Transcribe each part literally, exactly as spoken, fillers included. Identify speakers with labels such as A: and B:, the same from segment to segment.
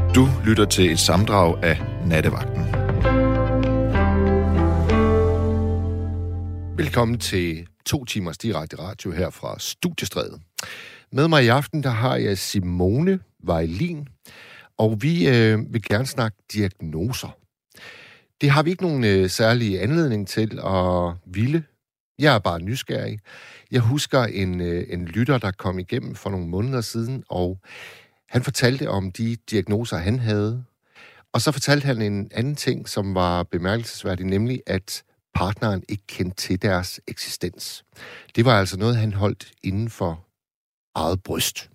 A: Du lytter til et sammendrag af Nattevagten. Velkommen til to timers direkte radio her fra Studiestrædet. Med mig i aften, der har jeg Simone Vejlin, og vi øh, vil gerne snakke diagnoser. Det har vi ikke nogen øh, særlig anledning til at ville. Jeg er bare nysgerrig. Jeg husker en, øh, en lytter, der kom igennem for nogle måneder siden, og han fortalte om de diagnoser, han havde. Og så fortalte han en anden ting, som var bemærkelsesværdig, nemlig at partneren ikke kendte til deres eksistens. Det var altså noget, han holdt inden for eget bryst.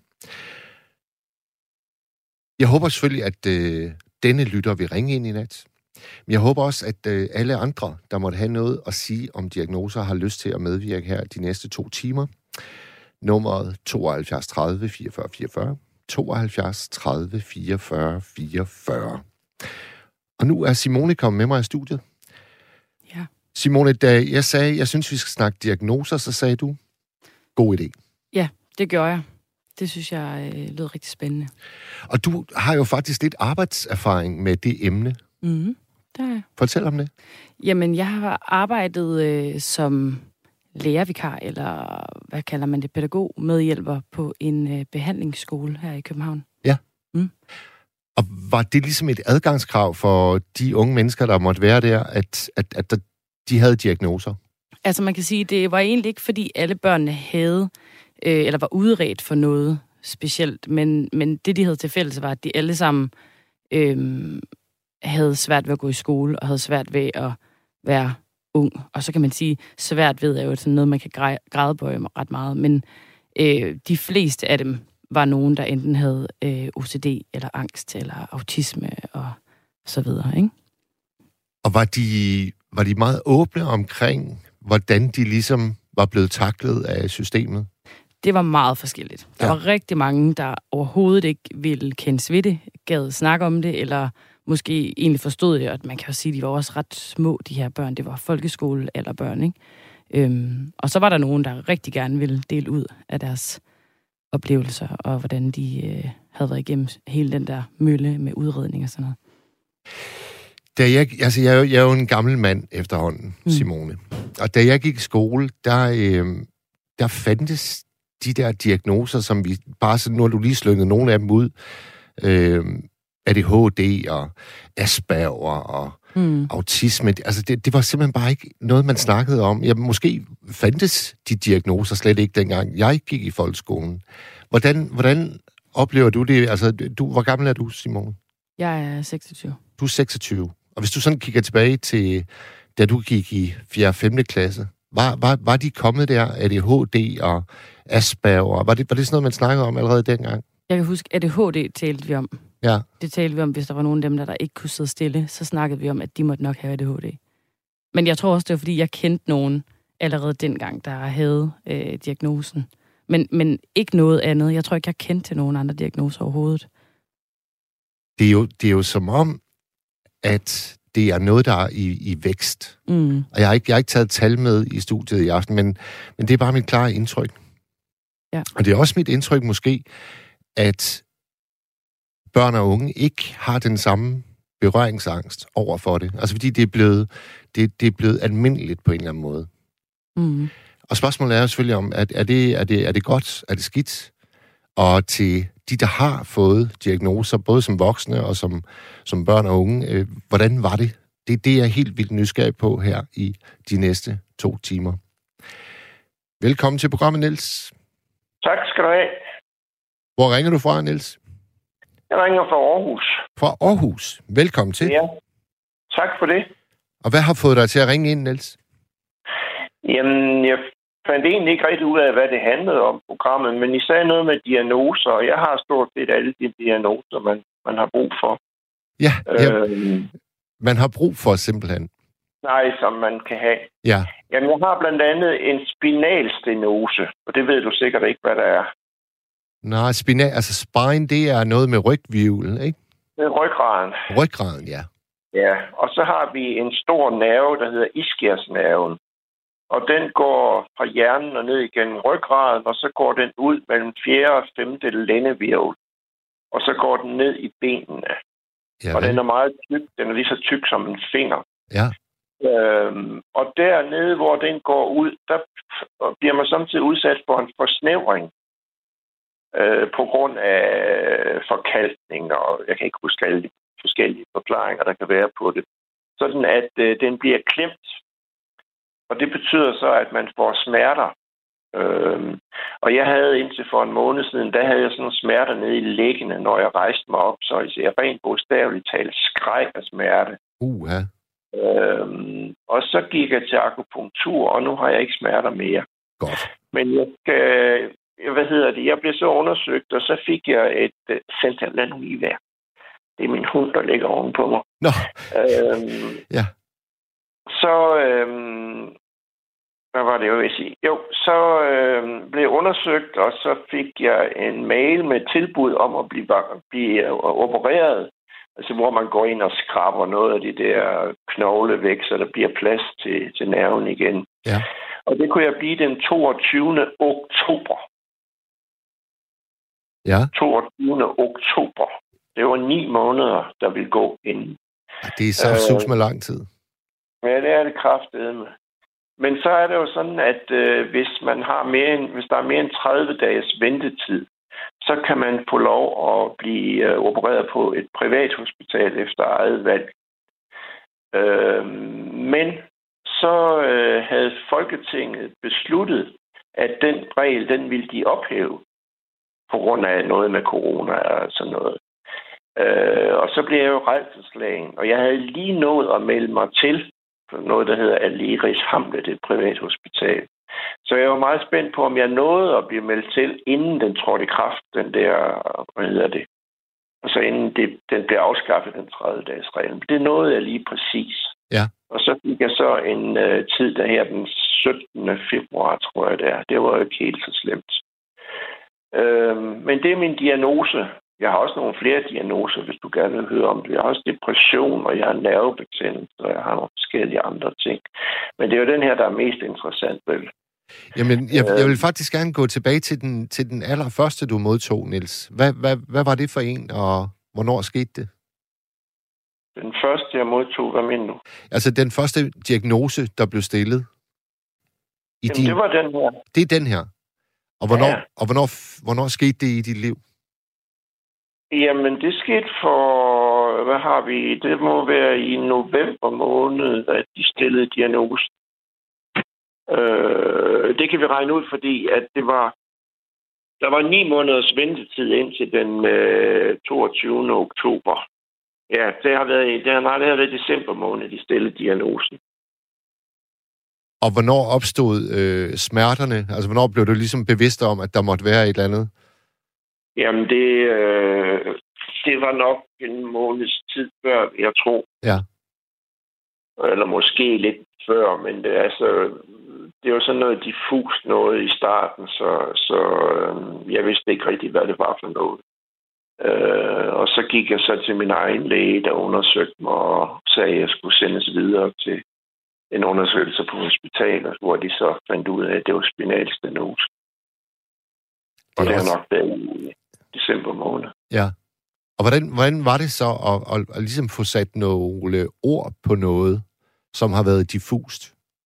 A: Jeg håber selvfølgelig, at øh, denne lytter vil ringe ind i nat. Men jeg håber også, at øh, alle andre, der måtte have noget at sige om diagnoser, har lyst til at medvirke her de næste to timer. Nummeret tooghalvfjerds tredive fireogfyrre fireogfyrre. tooghalvfjerds tredive fireogfyrre fireogfyrre. Og nu er Simone kommet med mig i studiet.
B: Ja.
A: Simone, da jeg sagde, jeg synes, vi skal snakke diagnoser, så sagde du, god idé.
B: Ja, det gør jeg. Det synes jeg øh, lød rigtig spændende.
A: Og du har jo faktisk lidt arbejdserfaring med det emne.
B: Mhm, det har jeg.
A: Fortæl om det.
B: Jamen, jeg har arbejdet øh, som lærervikar, eller hvad kalder man det, pædagogmedhjælper på en øh, behandlingsskole her i København.
A: Ja.
B: Mm.
A: Og var det ligesom et adgangskrav for de unge mennesker, der måtte være der, at, at, at der, de havde diagnoser?
B: Altså, man kan sige, det var egentlig ikke, fordi alle børnene havde, øh, eller var udredt for noget specielt, men, men det, de havde til fælles, var, at de alle sammen øh, havde svært ved at gå i skole, og havde svært ved at være ung. Og så kan man sige, svært ved er jo sådan noget, man kan grædebøje ret meget, men øh, de fleste af dem var nogen, der enten havde øh, O C D, eller angst, eller autisme, og så videre, ikke?
A: Og var de, var de meget åbne omkring, hvordan de ligesom var blevet taklet af systemet?
B: Det var meget forskelligt. Der ja. var rigtig mange, der overhovedet ikke ville kendes ved det, gad snakke om det, eller måske egentlig forstod det, og man kan jo sige, at de var også ret små, de her børn. Det var folkeskole eller børn, ikke? Øhm, og så var der nogen, der rigtig gerne ville dele ud af deres oplevelser, og hvordan de øh, havde været igennem hele den der mølle med udredning og sådan noget.
A: Da jeg, altså jeg, er jo, jeg er jo en gammel mand efterhånden, mm. Simone. Og da jeg gik i skole, der, øh, der fandtes de der diagnoser, som vi bare sådan, nu har du lige slynget nogle af dem ud, øh, A D H D og Asperger og mm. autisme. Altså det, det var simpelthen bare ikke noget, man snakkede om. Ja, måske fandtes de diagnoser slet ikke dengang jeg gik i folkeskolen. Hvordan, hvordan oplever du det? Altså, du, hvor gammel er du, Simone?
B: Jeg er seksogtyve.
A: Du er seksogtyve. Og hvis du sådan kigger tilbage til, da du gik i fjerde og femte klasse, var, var, var de kommet der, A D H D og Asperger? Var det, var det sådan noget, man snakkede om allerede dengang?
B: Jeg kan huske, A D H D talte vi om.
A: Ja.
B: Det talte vi om, hvis der var nogen af dem, der, der ikke kunne sidde stille, så snakkede vi om, at de måtte nok have A D H D. Men jeg tror også, det var, fordi jeg kendte nogen allerede dengang, der havde øh, diagnosen. Men, men ikke noget andet. Jeg tror ikke, jeg kendte til nogen andre diagnoser overhovedet.
A: Det er jo, det er jo som om, at det er noget, der er i, i vækst. Mm. Og jeg har, ikke, jeg har ikke taget tal med i studiet i aften, men, men det er bare mit klare indtryk.
B: Ja.
A: Og det er også mit indtryk måske, at børn og unge ikke har den samme berøringsangst over for det. Altså fordi det er blevet, det, det er blevet almindeligt på en eller anden måde. Mm. Og spørgsmålet er jo selvfølgelig om, at er det, er, det, er det godt, er det skidt? Og til de, der har fået diagnoser, både som voksne og som, som børn og unge, øh, hvordan var det? Det er det, jeg er helt vildt nysgerrig på her i de næste to timer. Velkommen til programmet, Niels.
C: Tak skal du have.
A: Hvor ringer du fra, Niels?
C: Jeg ringer fra Aarhus.
A: Fra Aarhus. Velkommen til.
C: Ja, tak for det.
A: Og hvad har fået dig til at ringe ind, Niels?
C: Jamen, jeg fandt egentlig ikke rigtig ud af, hvad det handlede om, programmet, men I sagde noget med diagnoser, og jeg har stort set alle de diagnoser, man, man har brug for.
A: Ja, ja.
C: Øh,
A: man har brug for simpelthen.
C: Nej, som man kan have.
A: Ja.
C: Jamen, jeg har blandt andet en spinalstenose, og det ved du sikkert ikke, hvad der er.
A: Nej, spinal, altså spine, det er noget med rygvivlen, ikke?
C: Det er ryggraden.
A: Ryggraden, ja.
C: Ja, og så har vi en stor nerve, der hedder ischiasnerven. Og den går fra hjernen og ned igennem ryggraden, og så går den ud mellem fjerde og femte lændevirvel. og så går den ned i benene.
A: Ja,
C: og den er meget tyk. Den er lige så tyk som en finger.
A: Ja.
C: Øhm, og dernede, hvor den går ud, der bliver man samtidig udsat for en forsnævring øh, på grund af forkalkning, og jeg kan ikke huske alle de forskellige forklaringer, der kan være på det. Sådan at øh, den bliver klemt. Og det betyder så, at man får smerter. Øhm, og jeg havde indtil for en måned siden, der havde jeg sådan nogle smerter nede i læggene, når jeg rejste mig op, så jeg rent bogstaveligt talt skreg af smerte.
A: Uh-huh.
C: Øhm, og så gik jeg til akupunktur, og nu har jeg ikke smerter mere.
A: Godt.
C: Men jeg skal, hvad hedder det, jeg blev så undersøgt, og så fik jeg et uh, center, lad nu lige være. Det er min hund, der ligger ovenpå mig.
A: Nå,
C: øhm,
A: ja.
C: Så, øhm, hvad var det, jeg ville sige? Jo, så øhm, blev jeg undersøgt, og så fik jeg en mail med tilbud om at blive, blive opereret. Altså, hvor man går ind og skraber noget af de der knogle væk, så der bliver plads til, til nerven igen.
A: Ja.
C: Og det kunne jeg blive den toogtyvende oktober.
A: Ja.
C: toogtyvende oktober. Det var ni måneder, der ville gå inden.
A: Det er så sus med lang tid.
C: Ja, det er det kraftedeme. Men så er det jo sådan, at øh, hvis man har mere end, hvis der er mere end tredive dages ventetid, så kan man få lov at blive øh, opereret på et privat hospital efter eget valg. Øh, men så øh, havde Folketinget besluttet, at den regel, den ville de ophæve på grund af noget med corona og sådan noget. Øh, og så blev jeg jo rædselsslagen, og jeg havde lige nået at melde mig til for noget, der hedder Aleris Hamlet, et privat hospital. Så jeg var meget spændt på, om jeg nåede at blive meldt til, inden den trådte i kraft, den der, hvad hedder det, og så inden det, den blev afskaffet, den tredive-dages regel. Det nåede jeg lige præcis.
A: Ja.
C: Og så fik jeg så en uh, tid, der her den syttende februar, tror jeg det er. Det var jo ikke helt så slemt. Uh, men det er min diagnose. Jeg har også nogle flere diagnoser, hvis du gerne vil høre om det. Jeg har også depression, og jeg har nervebetændelse, og jeg har nogle forskellige andre ting. Men det er jo den her, der er mest interessant, vel?
A: Jamen, jeg, jeg vil faktisk gerne gå tilbage til den, til den allerførste, du modtog, Niels. Hvad, hvad, hvad var det for en, og hvornår skete det?
C: Den første, jeg modtog, hvad mener du?
A: Altså, den første diagnose, der blev stillet? I
C: Jamen,
A: din...
C: det var den her.
A: Det er den her. Og hvornår,
C: Ja.
A: og hvornår, hvornår skete det i dit liv?
C: Jamen, det skete for, hvad har vi? Det må være i november måned, at de stillede diagnosen. Øh, det kan vi regne ud, fordi at det var, der var ni måneders ventetid indtil den øh, toogtyvende oktober. Ja, det har været, det har, nej, det har været i december måned, de stillede diagnosen.
A: Og hvornår opstod øh, smerterne? Altså, hvornår blev du ligesom bevidst om, at der måtte være et eller andet?
C: Jamen, det, øh, det var nok en måneds tid før, jeg tror.
A: Ja.
C: Eller måske lidt før, men det, altså, det var sådan noget diffust noget i starten, så, så øh, jeg vidste ikke rigtig, hvad det var for noget. Øh, og så gik jeg så til min egen læge, der undersøgte mig og sagde, at jeg skulle sendes videre til en undersøgelse på hospitalet, hvor de så fandt ud af, at det var spinal stenose. Og det er nok der i december måned.
A: Ja. Og hvordan, hvordan var det så at, at, at ligesom få sat nogle ord på noget, som har været diffust?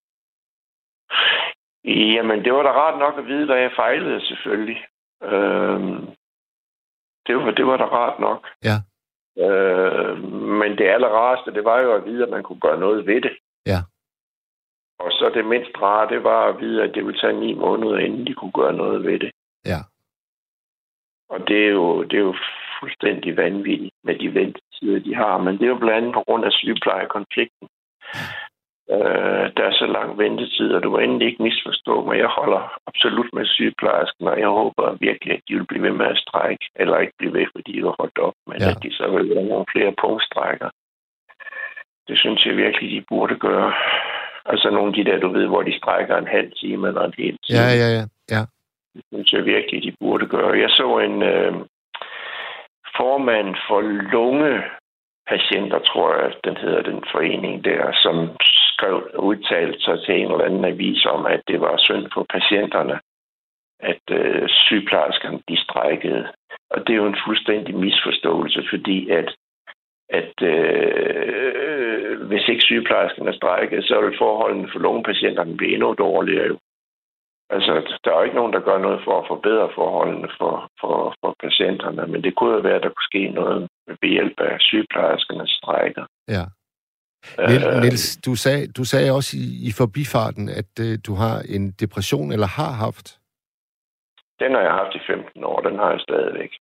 C: Jamen, det var da rart nok at vide, hvad jeg fejlede, selvfølgelig. Øhm, det, var, det var da rart nok.
A: Ja.
C: Øhm, men det allerrareste, det var jo at vide, at man kunne gøre noget ved det.
A: Ja.
C: Og så det mindst rare, det var at vide, at det ville tage ni måneder, inden de kunne gøre noget ved det.
A: Ja.
C: Og det er jo, det er jo fuldstændig vanvittigt med de ventetider, de har. Men det er jo blandt andet på grund af sygeplejekonflikten. Øh, der er så lang ventetid, og du må endelig ikke misforstå mig. Jeg holder absolut med sygeplejersken, og jeg håber virkelig, at de vil blive ved med at strække, eller ikke blive ved, fordi de har holdt op, men ja. At de så vil være nogle flere punktstrækker. Det synes jeg virkelig, de burde gøre. Altså nogle af de der, du ved, hvor de strækker en halv time eller en hel time.
A: Ja, ja, ja. ja.
C: Det synes jeg virkelig, de burde gøre. Jeg så en øh, formand for lungepatienter, tror jeg, den hedder den forening der, som skrev udtalt sig til en eller anden avis om, at det var synd for patienterne, at øh, sygeplejerskerne de strækkede. Og det er jo en fuldstændig misforståelse, fordi at, at øh, hvis ikke sygeplejerskerne strækker, så vil forholdene for lungepatienterne blive endnu dårligere. Jo. Altså, der er jo ikke nogen, der gør noget for at forbedre forholdene for, for, for patienterne, men det kunne jo være, at der kunne ske noget ved hjælp af sygeplejerskernes strækker.
A: Ja. Niels, du sagde, du sagde også i, i forbifarten, at uh, du har en depression, eller har haft?
C: Den har jeg haft i femten år, den har jeg stadigvæk.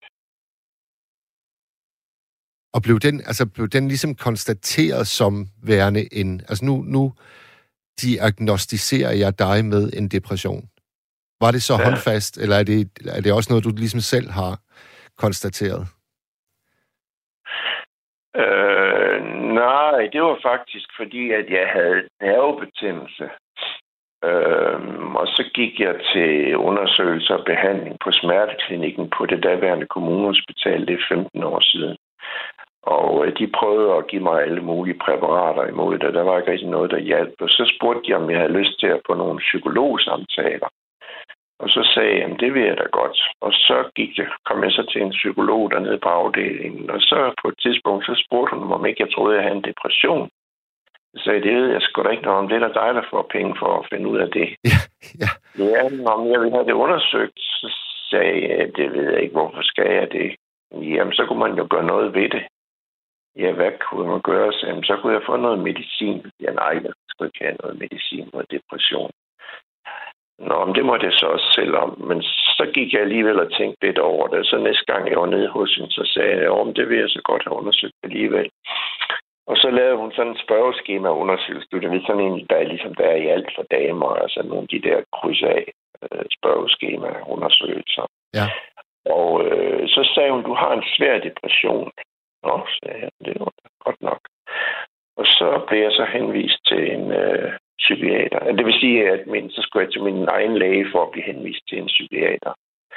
A: Og blev den, altså blev den ligesom konstateret som værende en... Altså nu, nu diagnostiserer jeg dig med en depression. Var det så ja. håndfast, eller er det, er det også noget, du ligesom selv har konstateret?
C: Øh, nej, det var faktisk fordi, at jeg havde nervebetændelse. Øh, og så gik jeg til undersøgelse og behandling på smerteklinikken på det daværende kommunehospital. Det er femten år siden. Og de prøvede at give mig alle mulige præparater imod det. Der var ikke rigtig noget, der hjalp. Og så spurgte de, om jeg havde lyst til at få nogle psykologsamtaler. Og så sagde jeg, at det vil jeg da godt. Og så gik jeg, kom jeg så til en psykolog dernede på afdelingen. Og så på et tidspunkt, så spurgte hun, om ikke jeg troede, at jeg havde en depression. Så sagde jeg, det ved jeg sgu da ikke noget om. Det er der dig, der får penge for at finde ud af det.
A: Ja, ja.
C: Ja, om jeg ville have det undersøgt, så sagde jeg, det ved jeg ikke, hvorfor skal jeg det. Jamen, så kunne man jo gøre noget ved det. Ja, hvad kunne man gøre? Så, jamen, så kunne jeg få noget medicin. Ja, nej, jeg skulle ikke have noget medicin mod depression. Nå, men det måtte jeg så også selv om. Men så gik jeg alligevel og tænkte lidt over det. Så næste gang jeg var nede hos hende, så sagde jeg, om det vil jeg så godt have undersøgt alligevel. Og så lavede hun sådan en spørgeskema-undersøgelse. Det er sådan en, der er ligesom der er i alt for damer. Altså nogle af de der kryds af spørgeskema-undersøgelser.
A: Ja.
C: Og øh, så sagde hun, du har en svær depression. Nå, sagde jeg, det var godt nok. Og så blev jeg så henvist til en øh, psykiater. Det vil sige, at min, så skulle jeg til min egen læge for at blive henvist til en psykiater.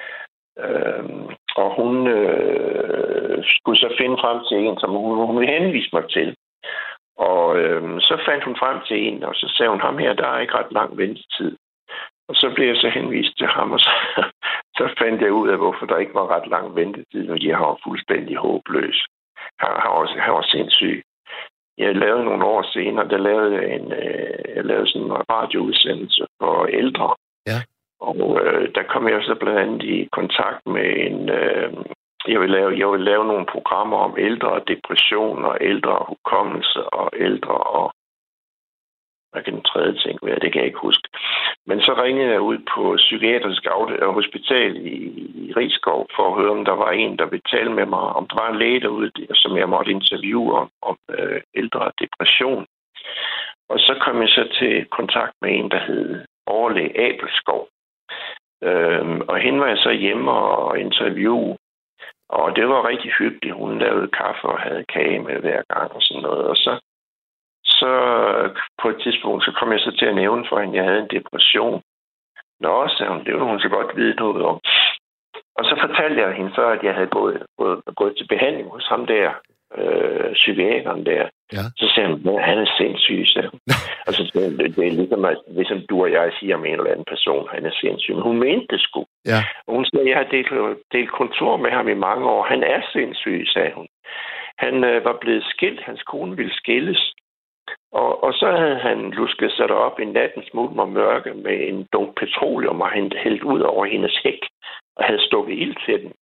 C: Øhm, og hun øh, skulle så finde frem til en, som hun, hun ville henvise mig til. Og øh, så fandt hun frem til en, og så sagde hun, ham her, der er ikke ret lang ventetid. Og så blev jeg så henvist til ham, og så, så fandt jeg ud af, hvorfor der ikke var ret lang ventetid, når de var fuldstændig håbløs. Han, han, var, han var sindssyg. Jeg lavede nogle år senere, der lavede en, øh, jeg lavede sådan en radioudsendelse for ældre.
A: Ja.
C: Og øh, der kom jeg så blandt andet i kontakt med en... Øh, jeg, vil lave, jeg vil lave nogle programmer om ældre og depression og ældre og hukommelse og ældre og... Hvad kan den tredje ting være? Det kan jeg ikke huske. Men så ringede jeg ud på psykiatrisk hospital i, i Rigskov for at høre, om der var en, der ville tale med mig, om der var en læge derude, som jeg måtte interviewe om, om øh, ældre og depression. Og så kom jeg så til kontakt med en, der hed overlæge Abelskov. Øhm, og hende var jeg så hjemme og interviewe. Og det var rigtig hyggeligt. Hun lavede kaffe og havde kage med hver gang og sådan noget. Og så Så på et tidspunkt, så kom jeg så til at nævne for hende, at jeg havde en depression. Nå, sagde hun, det ville hun så godt vide noget om. Og så fortalte jeg hende så, at jeg havde gået, gået, gået til behandling hos ham der, øh, psykiateren der. Ja. Så sagde hun, at han er sindssyg, sagde hun. Og så sagde hun, det, det er ligesom, at, ligesom du og jeg siger om en eller anden person, han er sindssyg. Men hun mente det sgu. Ja. Og hun sagde, at jeg har delt, delt kontor med ham i mange år. Han er sindssyg, sagde hun. Han øh, var blevet skilt, hans kone ville skilles. Og, og så havde han lusket sig derop i natten smut og mørke med en dunk petroleum og han hældt ud over hendes hæk og havde stukket ild til den.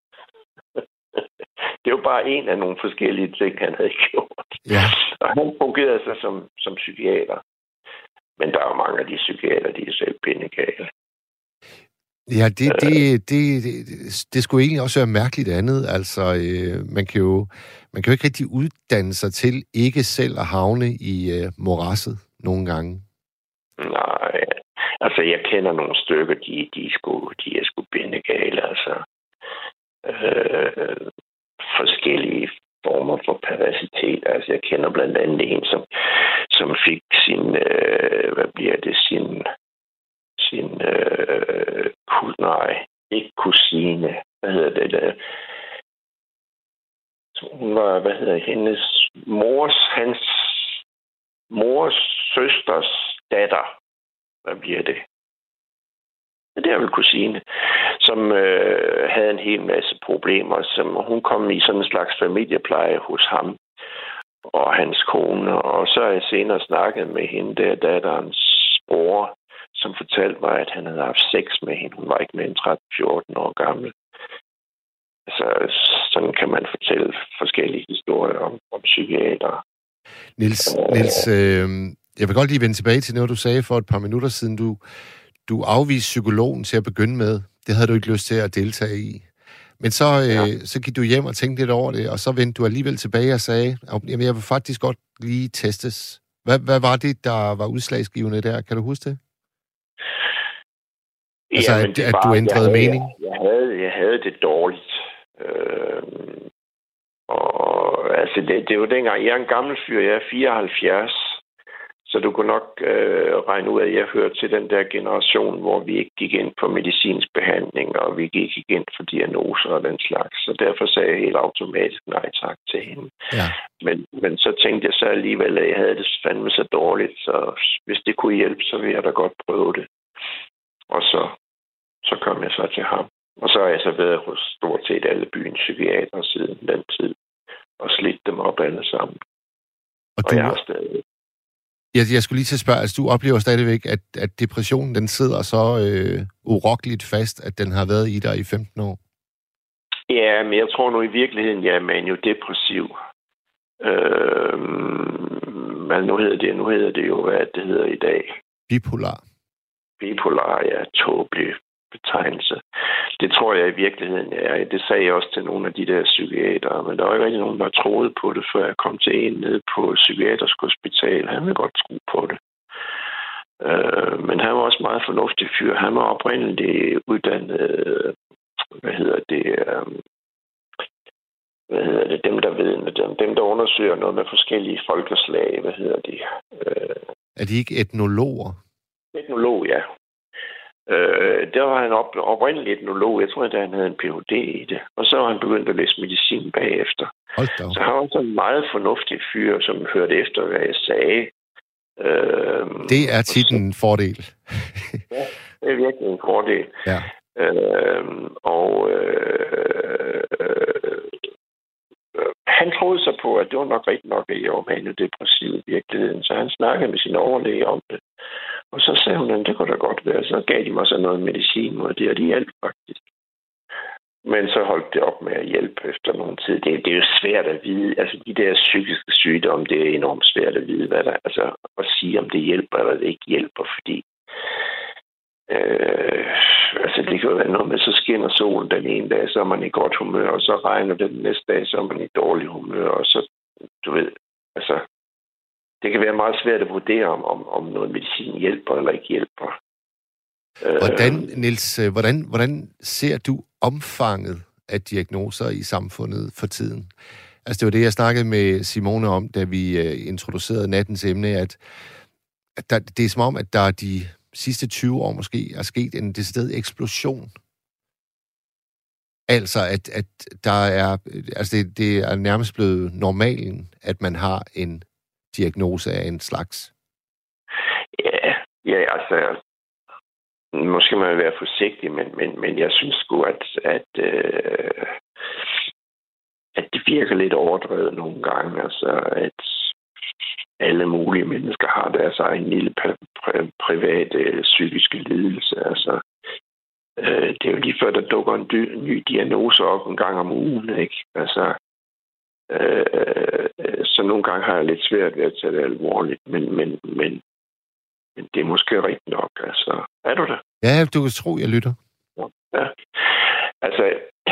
C: Det var bare en af nogle forskellige ting, han havde gjort. Ja. Og han fungerede sig som, som psykiater. Men der er jo mange af de psykiater, de er selv pindegale.
A: Ja, det, det, det, det, det skulle egentlig også være mærkeligt andet. Altså, øh, man kan jo man kan jo ikke rigtig uddanne sig til ikke selv at havne i øh, morasset nogle gange.
C: Nej, altså jeg kender nogle stykker, de, de, er, sgu, de er sgu bindegale, altså. Øh, forskellige former for perversitet. Altså jeg kender blandt andet en, som, som fik sin, øh, hvad bliver det, sin... sin øh, nej, ikke kusine. Hvad hedder det der? Hun var, hvad hedder hendes mors, hans mors søsters datter. Hvad bliver det? Det er vel kusine. som øh, havde en hel masse problemer. Som, hun kom i sådan en slags familiepleje hos ham og hans kone. Og så har jeg senere snakket med hende, der datterens bror, som fortalte mig, at han havde haft sex med hende. Hun var ikke mere end tretten fjorten år gammel. Altså, sådan kan man fortælle forskellige historier om, om psykiatere.
A: Niels, øh, Niels øh, jeg vil godt lige vende tilbage til noget, du sagde for et par minutter siden. Du, du afviste psykologen til at begynde med. Det havde du ikke lyst til at deltage i. Men så, øh, ja. så gik du hjem og tænkte lidt over det, og så vendte du alligevel tilbage og sagde, at jeg vil faktisk godt lige testes. Hvad, hvad var det, der var udslagsgivende der? Kan du huske det? Altså,
C: ja,
A: at, at du ændrede
C: jeg havde,
A: mening?
C: Jeg havde, jeg havde det dårligt. Øh, og altså, det, det er jo dengang, jeg er en gammel fyr, jeg er fireoghalvfjerds, så du kunne nok øh, regne ud af, at jeg hørte til den der generation, hvor vi ikke gik ind på medicinsk behandling, og vi gik ikke ind for diagnoser og den slags. Så derfor sagde jeg helt automatisk nej tak til hende.
A: Ja.
C: Men, men så tænkte jeg så alligevel, at jeg havde det fandme så dårligt, så hvis det kunne hjælpe, så ville jeg da godt prøve det. Og så, så kom jeg så til ham. Og så har jeg så været hos stort set alle byens psykiatere siden den tid, og slidt dem op alle sammen.
A: Og,
C: og
A: du...
C: jeg har stadig...
A: Jeg, jeg skulle lige til at spørge, altså du oplever stadigvæk, at, at depressionen, den sidder så øh, urokkeligt fast, at den har været i dig i femten år?
C: Ja, men jeg tror nu i virkeligheden, jeg er maniodepressiv. Øh, men nu hedder det, nu hedder det jo, hvad det hedder i dag.
A: Bipolar.
C: Bipolar, ja, tåbelig betegnelse. Det tror jeg i virkeligheden er. Det sagde jeg også til nogle af de der psykiatere, men der var ikke rigtig nogen, der troede på det, før jeg kom til en nede på psykiatrisk hospital. Han ville godt tro på det. Øh, men han var også meget fornuftig fyr. Han var oprindeligt uddannet, hvad hedder det, øh, hvad hedder det, dem der ved, dem, dem der undersøger noget med forskellige folkeslag, hvad hedder de? Øh,
A: er de ikke etnologer?
C: Etnolog, ja. Øh, der var han op, oprindeligt etnolog. Jeg tror, at han havde en P H D i det. Og så var han begyndt at læse medicin bagefter. Så han var så en meget fornuftig fyr, som hørte efter, hvad jeg sagde. Øh,
A: det er tit en fordel.
C: Ja, det er virkelig en fordel.
A: Ja.
C: Øh, og øh, øh, han troede så på, at det var nok rigtigt nok, at jeg var maniodepressiv i virkeligheden. Så han snakkede med sin overlæge om det. Og så sagde hun, at det kunne da godt være. Så gav de mig så noget medicin, og det, og de hjalp faktisk. Men så holdt det op med at hjælpe efter nogen tid. Det, det er jo svært at vide. Altså, de der psykiske sygdomme, det er enormt svært at vide, hvad der, altså, at sige, om det hjælper eller det ikke hjælper, fordi øh, altså, det kan jo være noget med, så skinner solen den ene dag, så er man i godt humør, og så regner det den næste dag, så er man i dårlig humør, og så, du ved, altså, det kan være meget svært at vurdere, om, om, om noget medicin hjælper eller ikke hjælper.
A: Hvordan, Niels, hvordan, hvordan ser du omfanget af diagnoser i samfundet for tiden? Altså, det var det, jeg snakkede med Simone om, da vi introducerede nattens emne, at, at der, det er som om, at der de sidste tyve år måske er sket en decideret eksplosion. Altså, at, at der er, altså det, det er nærmest blevet normalen, at man har en diagnose af en slags.
C: Ja, ja, altså, måske man være forsigtig, men, men, men jeg synes sgu, at, at, øh, at det virker lidt overdrevet nogle gange. Altså, at alle mulige mennesker har deres egen lille pri- pri- private psykiske lidelse. Altså, øh, det er jo lige før, der dukker en dy- ny diagnose op en gang om ugen, ikke? Altså, øh, så nogle gange har jeg lidt svært ved at tage det alvorligt, men, men, men Men det er måske rigtigt nok, altså. Er du det?
A: Ja, du kan tro, jeg lytter.
C: Ja. Altså,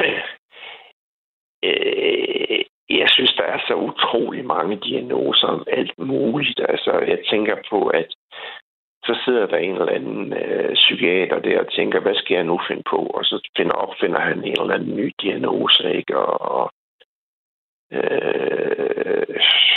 C: øh, jeg synes, der er så utrolig mange diagnoser om alt muligt. Altså, jeg tænker på, at så sidder der en eller anden øh, psykiater der og tænker, hvad skal jeg nu finde på? Og så finder, opfinder han en eller anden ny diagnose, ikke? Og, øh,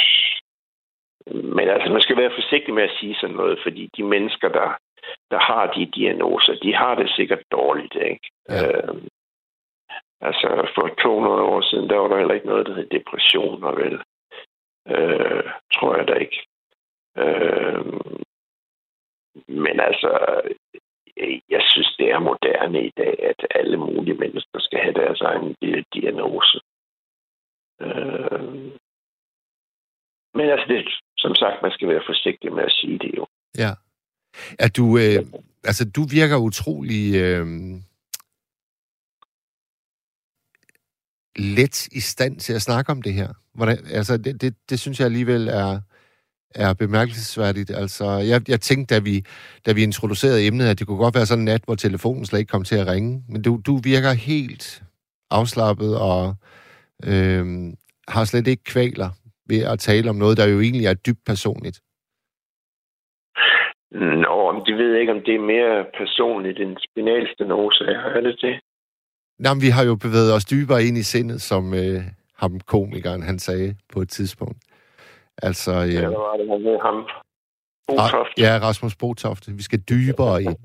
C: Men altså, man skal være forsigtig med at sige sådan noget, fordi de mennesker, der, der har de diagnoser, de har det sikkert dårligt, ikke?
A: Ja.
C: Øh, altså, for to hundrede år siden, der var der heller ikke noget, der hed depressioner, vel? Øh, tror jeg da ikke. Øh, men altså, jeg synes, det er moderne i dag, at alle mulige mennesker skal have deres egen lille diagnose. Øh, men altså, det, som sagt, man skal være forsigtig med at sige det jo.
A: Ja. Er du, øh, altså, du virker utrolig øh, let i stand til at snakke om det her. Hvordan, altså, det, det, det synes jeg alligevel er, er bemærkelsesværdigt. Altså, jeg, jeg tænkte, da vi, da vi introducerede emnet, at det kunne godt være sådan en nat, hvor telefonen slet ikke kom til at ringe. Men du, du virker helt afslappet og øh, har slet ikke kvaler ved at tale om noget, der jo egentlig er dybt personligt.
C: Nå, det ved jeg ikke, om det er mere personligt end spinalstenose. Er det det?
A: Jamen, vi har jo bevæget os dybere ind i sindet, som øh, ham komikeren, han sagde på et tidspunkt. Altså, øh,
C: ja, der var det med ham. Botoft.
A: Ja, Rasmus Botoft. Vi skal dybere ind.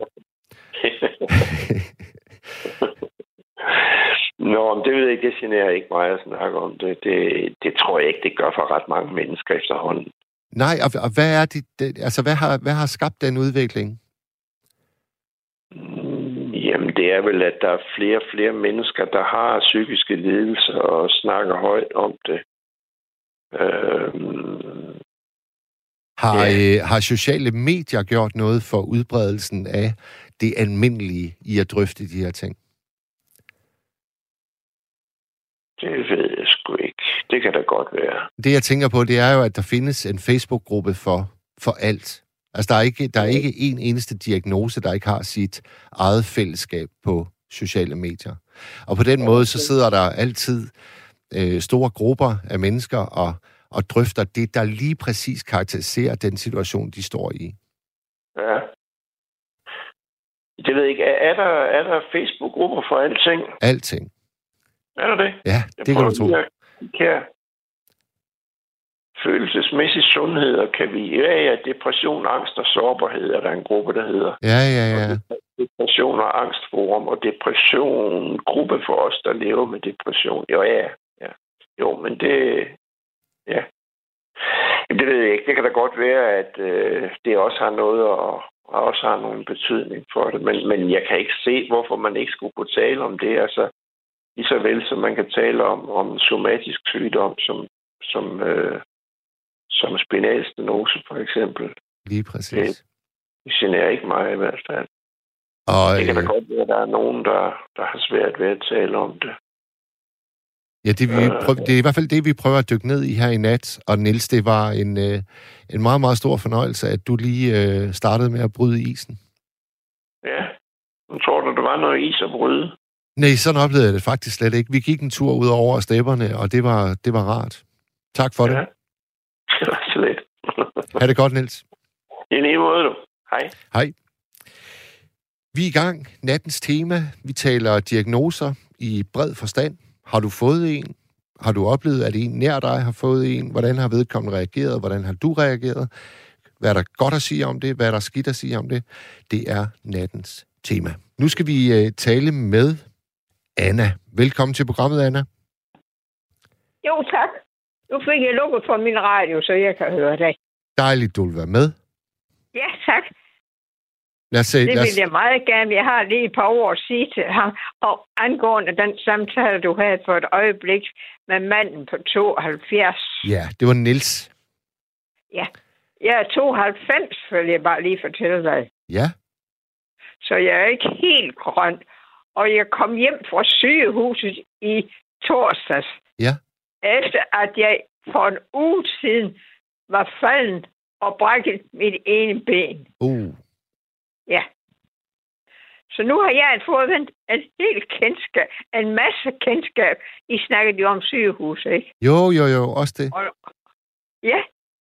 C: Nå, det ved jeg ikke. Det generer ikke mig at snakke om det. det. Det tror jeg ikke, det gør for ret mange mennesker efterhånden.
A: Nej, og, og hvad er det, det altså hvad har, hvad har skabt den udvikling?
C: Jamen, det er vel, at der er flere og flere mennesker, der har psykiske lidelser og snakker højt om det. Øhm,
A: har,
C: ja.
A: øh, har sociale medier gjort noget for udbredelsen af det almindelige i at drøfte de her ting?
C: Det ved jeg sgu ikke. Det kan da godt være.
A: Det, jeg tænker på, det er jo, at der findes en Facebook-gruppe for, for alt. Altså, der er, ikke, der er ikke en eneste diagnose, der ikke har sit eget fællesskab på sociale medier. Og på den måde, så sidder der altid øh, store grupper af mennesker og, og drøfter det, der lige præcis karakteriserer den situation, de står i.
C: Ja. Det ved jeg ikke. Er, er der, er der Facebook-grupper for alting?
A: Alting.
C: Er der det?
A: Ja, det kan du tro.
C: Her. Følelsesmæssig sundhed, og kan vi... Ja, ja, depression, angst og sårbarhed er der en gruppe, der hedder.
A: Ja, ja, ja.
C: Depression og angstforum, og depression, gruppe for os, der lever med depression. Jo, ja, ja. Jo, men det... Ja. Jamen, det ved jeg ikke. Det kan da godt være, at øh, det også har noget og, og også har nogen betydning for det. Men, men jeg kan ikke se, hvorfor man ikke skulle kunne tale om det. Altså, lige så vel som man kan tale om, om somatisk sygdom, som, som, øh, som spinalstenose for eksempel.
A: Lige præcis.
C: Det, det generer ikke mig i hvert fald.
A: Og,
C: det kan da
A: øh,
C: godt være, at der er nogen, der, der har svært ved at tale om det.
A: Ja, det, vi prøver, det er i hvert fald det, vi prøver at dykke ned i her i nat. Og Niels, det var en, øh, en meget, meget stor fornøjelse, at du lige øh, startede med at bryde isen.
C: Ja, jeg tror du, der var noget is at bryde?
A: Nej, sådan oplevede jeg det faktisk slet ikke. Vi gik en tur ud over stepperne, og det var, det var rart. Tak for det.
C: Ja, det var så lidt.
A: Ha' det godt, Niels.
C: I lige måde, du. Hej.
A: Hej. Vi er i gang. Nattens tema. Vi taler diagnoser i bred forstand. Har du fået en? Har du oplevet, at en nær dig har fået en? Hvordan har vedkommende reageret? Hvordan har du reageret? Hvad er der godt at sige om det? Hvad er der skidt at sige om det? Det er nattens tema. Nu skal vi uh, tale med Anna. Velkommen til programmet, Anna.
D: Jo, tak. Nu fik jeg lukket for min radio, så jeg kan høre dig.
A: Dejligt, du vil være med.
D: Ja, tak.
A: Lad os se,
D: det
A: lad os...
D: vil jeg meget gerne. Jeg har lige et par ord at sige til ham. Og angående den samtale, du havde for et øjeblik med manden på tooghalvfjerds.
A: Ja, det var Niels.
D: Ja. Jeg er tooghalvfems, vil jeg bare lige fortælle dig.
A: Ja.
D: Så jeg er ikke helt grøn. Og jeg kom hjem fra sygehuset i torsdags.
A: Ja.
D: Efter at jeg for en uge siden var falden og brækket mit ene ben.
A: Uh.
D: Ja. Så nu har jeg fået en, en del kendskab, en masse kendskab. I snakkede jo om sygehus, ikke?
A: Jo, jo, jo, også det.
D: Og, ja.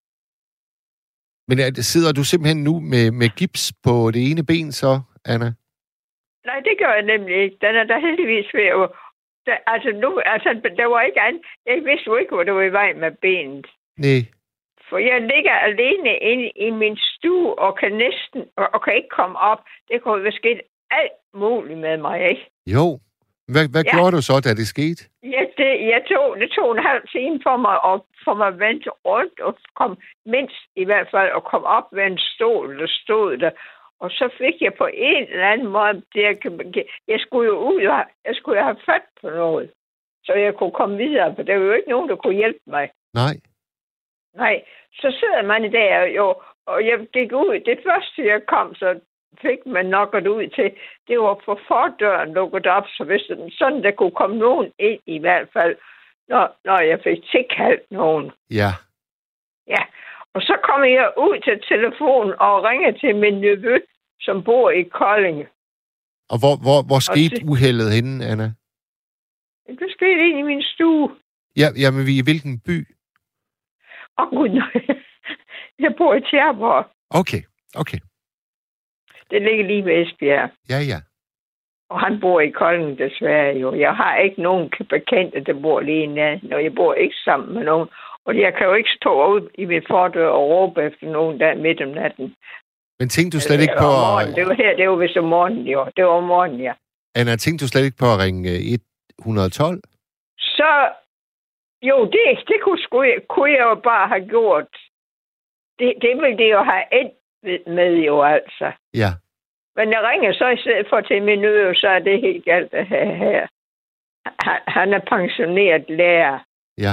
A: Men er, sidder du simpelthen nu med, med gips på det ene ben så, Anna?
D: Nej, det gør jeg nemlig ikke. Den er der heldigvis ved at... Der, altså, nu, altså, der var ikke andet. Jeg vidste jo ikke, hvor det var i vej med benet.
A: Nej.
D: For jeg ligger alene inde i min stue og kan næsten... Og, og kan ikke komme op. Det kunne være sket alt muligt med mig, ikke?
A: Jo. Hvad, hvad ja. gjorde du så, da det skete?
D: Ja, det, jeg tog, det tog en halv time for mig at for mig at vente rundt og kom mindst i hvert fald at komme op ved en stol, der stod der. Og så fik jeg på en eller anden måde, det jeg, jeg skulle jo ud, og jeg skulle have fat på noget, så jeg kunne komme videre, for der var jo ikke nogen, der kunne hjælpe mig.
A: Nej.
D: Nej, så sidder man der jo, og jeg gik ud. Det første, jeg kom, så fik man nokket ud til, det var på fordøren lukket op, så hvis sådan, der kunne komme nogen ind i hvert fald, når, når jeg fik tilkaldt nogen.
A: Ja.
D: Ja, og så kom jeg ud til telefonen og ringede til min nevø, som bor i Kolding.
A: Og hvor, hvor, hvor skete
D: det...
A: uheldet henne, Anna?
D: Det skete ind i min stue.
A: Ja, jamen, i hvilken by?
D: Åh, oh, gud, nej. Jeg bor i Tjærborg.
A: Okay, okay.
D: Det ligger lige ved Esbjerg.
A: Ja, ja.
D: Og han bor i Kolding, desværre jo. Jeg har ikke nogen bekendte, der bor lige i nærheden, og jeg bor ikke sammen med nogen. Og jeg kan jo ikke stå ude i min fordør og råbe efter nogen der midt om natten.
A: Men tænkte du slet ikke på...
D: Morgen. Det var her, det var vist om morgenen, jo. Det var om morgenen, ja.
A: Anna, tænkte du slet ikke på at ringe et et to?
D: Så, jo, det, det kunne, skulle, kunne jeg jo bare have gjort. Det, det ville det jo have endt med, jo altså.
A: Ja.
D: Men jeg ringer så i stedet for til min nød, så er det helt galt at have her. Han, han er pensioneret lærer.
A: Ja.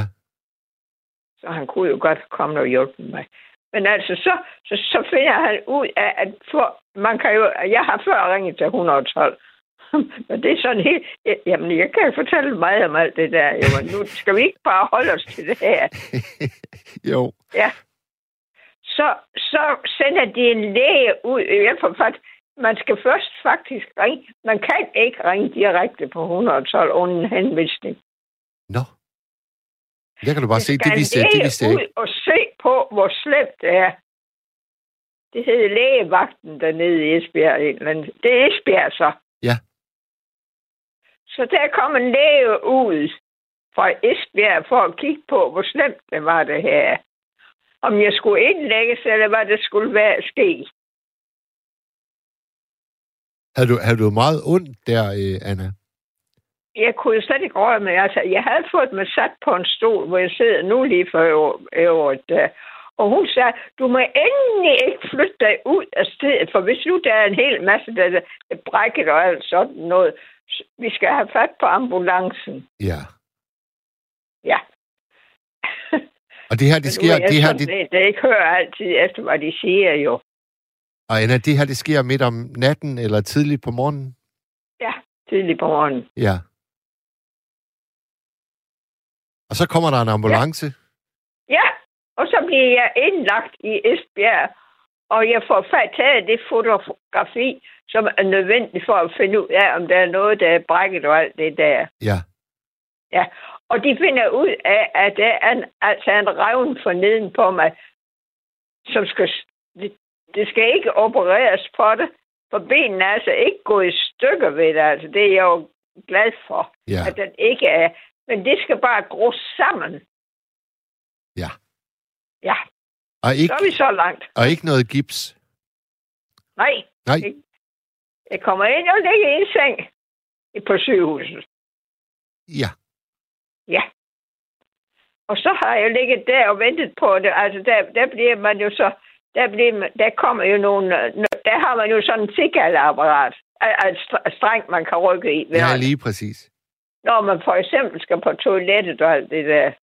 D: Så han kunne jo godt komme og hjælpe mig. Men altså, så, så, så finder han ud af, at for, man kan jo... Jeg har før ringet til et et to. Men det er sådan helt... Jamen, jeg kan fortælle meget om alt det der. Jo, men nu skal vi ikke bare holde os til det her.
A: Jo.
D: Ja. Så, så sender de en læge ud. Jeg får fat. Man skal først faktisk ringe. Man kan ikke ringe direkte på et et to uden henvisning.
A: Nå. Der kan du bare se, det vidste jeg, det vidste jeg ikke.
D: Ud og se på, hvor slemt det er. Det hedder lægevagten dernede i Esbjerg. Det er Esbjerg så.
A: Ja.
D: Så der kom en læge ud fra Esbjerg for at kigge på, hvor slemt det var det her. Om jeg skulle indlægges, eller hvad det skulle være ske.
A: Havde du, havde du meget ondt der, Anna?
D: Jeg kunne jo slet ikke røre mig. Altså, jeg havde fået mig sat på en stol, hvor jeg sidder nu lige for øvrigt. Og hun sagde, du må endelig ikke flytte dig ud af stedet, for hvis nu der er en hel masse, der er brækket og alt sådan noget, vi skal have fat på ambulancen.
A: Ja.
D: Ja.
A: Og det her, det sker...
D: Jeg
A: det her,
D: det, det, det ikke hører altid efter, hvad de siger jo.
A: Og Anna, det her, det sker midt om natten eller tidligt på morgenen?
D: Ja, tidligt på morgenen.
A: Ja. Og så kommer der en ambulance?
D: Ja, ja. Og så bliver jeg indlagt i Esbjerg, og jeg får taget det fotografi, som er nødvendigt for at finde ud af, om der er noget, der er brækket og alt det der.
A: Ja.
D: Ja, og de finder ud af, at der er en, altså en revn for neden på mig, som skal... Det, det skal ikke opereres på det, for benene er altså ikke gået i stykker ved det. Altså, det er jeg jo glad for,
A: ja.
D: At den ikke er. Men det skal bare gro sammen.
A: Ja.
D: Ja.
A: Og ikke,
D: så er vi så langt.
A: Og ikke noget gips?
D: Nej.
A: Nej.
D: Jeg, jeg kommer ind og ligger i en seng på sygehuset.
A: Ja.
D: Ja. Og så har jeg ligget der og ventet på det. Altså, der, der bliver man jo så... Der, bliver, der kommer jo nogle... Der har man jo sådan en sikkerhedsapparat. Altså streng, man kan rykke i.
A: Ja, lige præcis.
D: Når man for eksempel skal på toilettet og alt det der.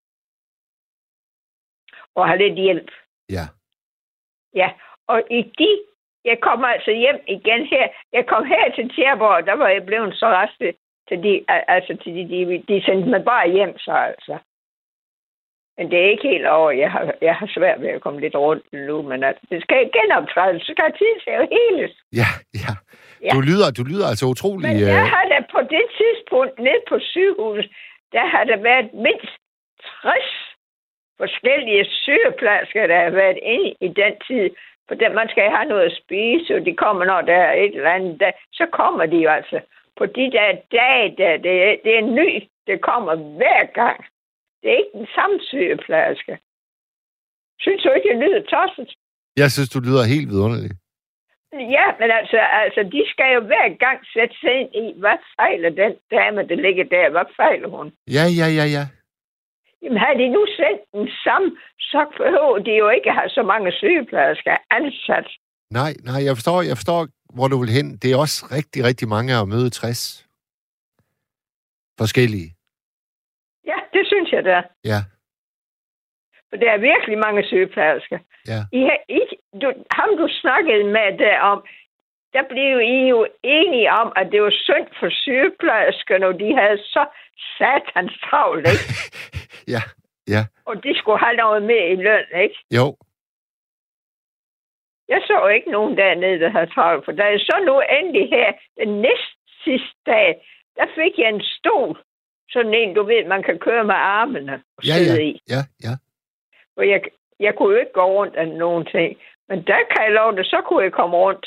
D: Og have lidt hjælp.
A: Ja.
D: Ja, og i de... Jeg kommer altså hjem igen her. Jeg kom her til Tjærborg, der var jeg blevet så rastet til de... Altså, til de, de, de sendte mig bare hjem, så altså. Men det er ikke helt over. Jeg har, jeg har svært ved at komme lidt rundt nu, men altså, det skal genoptrædes. Så skal tid til at heles.
A: Ja, ja. Ja. Du lyder, du lyder altså utrolig...
D: Men jeg har da på det tidspunkt ned på sygehuset, der har der været mindst tres forskellige sygeplejersker, der har været inde i den tid. For der, man skal have noget at spise, og de kommer, når der er et eller andet. Der, så kommer de jo altså. På de der dage, der, det, er, det er ny, det kommer hver gang. Det er ikke den samme sygeplejerske. Synes du ikke, det lyder tosset?
A: Jeg synes, du lyder helt vidunderligt.
D: Ja, men altså, altså, de skal jo hver gang sætte sig ind i, hvad fejler den dame, der ligger der? Hvad fejler hun?
A: Ja, ja, ja, ja.
D: Jamen, havde de nu sendt den samme, så behøver de jo ikke have så mange sygeplejersker ansat.
A: Nej, nej, jeg forstår, jeg forstår, hvor du vil hen. Det er også rigtig, rigtig mange at møde tres forskellige.
D: Ja, det synes jeg, det er.
A: Ja.
D: For der er virkelig mange sygeplejersker.
A: Ja.
D: I, I, du, ham, du snakkede med derom, der blev I jo enige om, at det var synd for sygeplejerskerne, og de havde så satans travlt, ikke?
A: ja, ja.
D: Og de skulle have noget med i løn, ikke?
A: Jo.
D: Jeg så ikke nogen dernede, der havde travlt, for da jeg så nu endelig her, den næste sidste dag, der fik jeg en stol, sådan en, du ved, man kan køre med armene og
A: ja,
D: sidde
A: ja.
D: i.
A: Ja, ja.
D: For jeg, jeg kunne jo ikke gå rundt af nogen ting. Men der kan jeg love det, så kunne jeg komme rundt.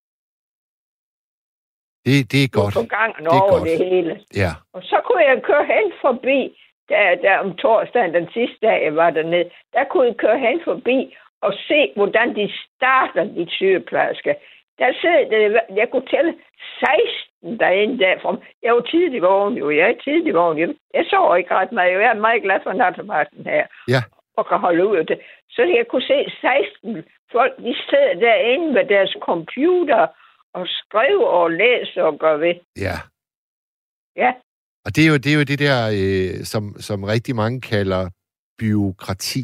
A: Det, det er godt.
D: På gangen
A: det
D: over
A: godt.
D: det hele.
A: Ja.
D: Og så kunne jeg køre hen forbi, der, der om torsdagen, den sidste dag, jeg var dernede, der kunne jeg køre hen forbi og se, hvordan de starter, de sygeplejersker. Der sidder, jeg kunne tælle seksten derinde derfra. Jeg var tidlig vågen, jo. Jeg er tidlig vågen. Jeg så ikke ret meget. Jeg er meget glad for nattevagten her.
A: Ja.
D: Og kan holde ud af det. Så jeg kunne se seksten folk, de sidder derinde med deres computer og skriver og læser og gør ved.
A: Ja.
D: Ja.
A: Og det er jo det, er jo det der, øh, som, som rigtig mange kalder bureaukrati.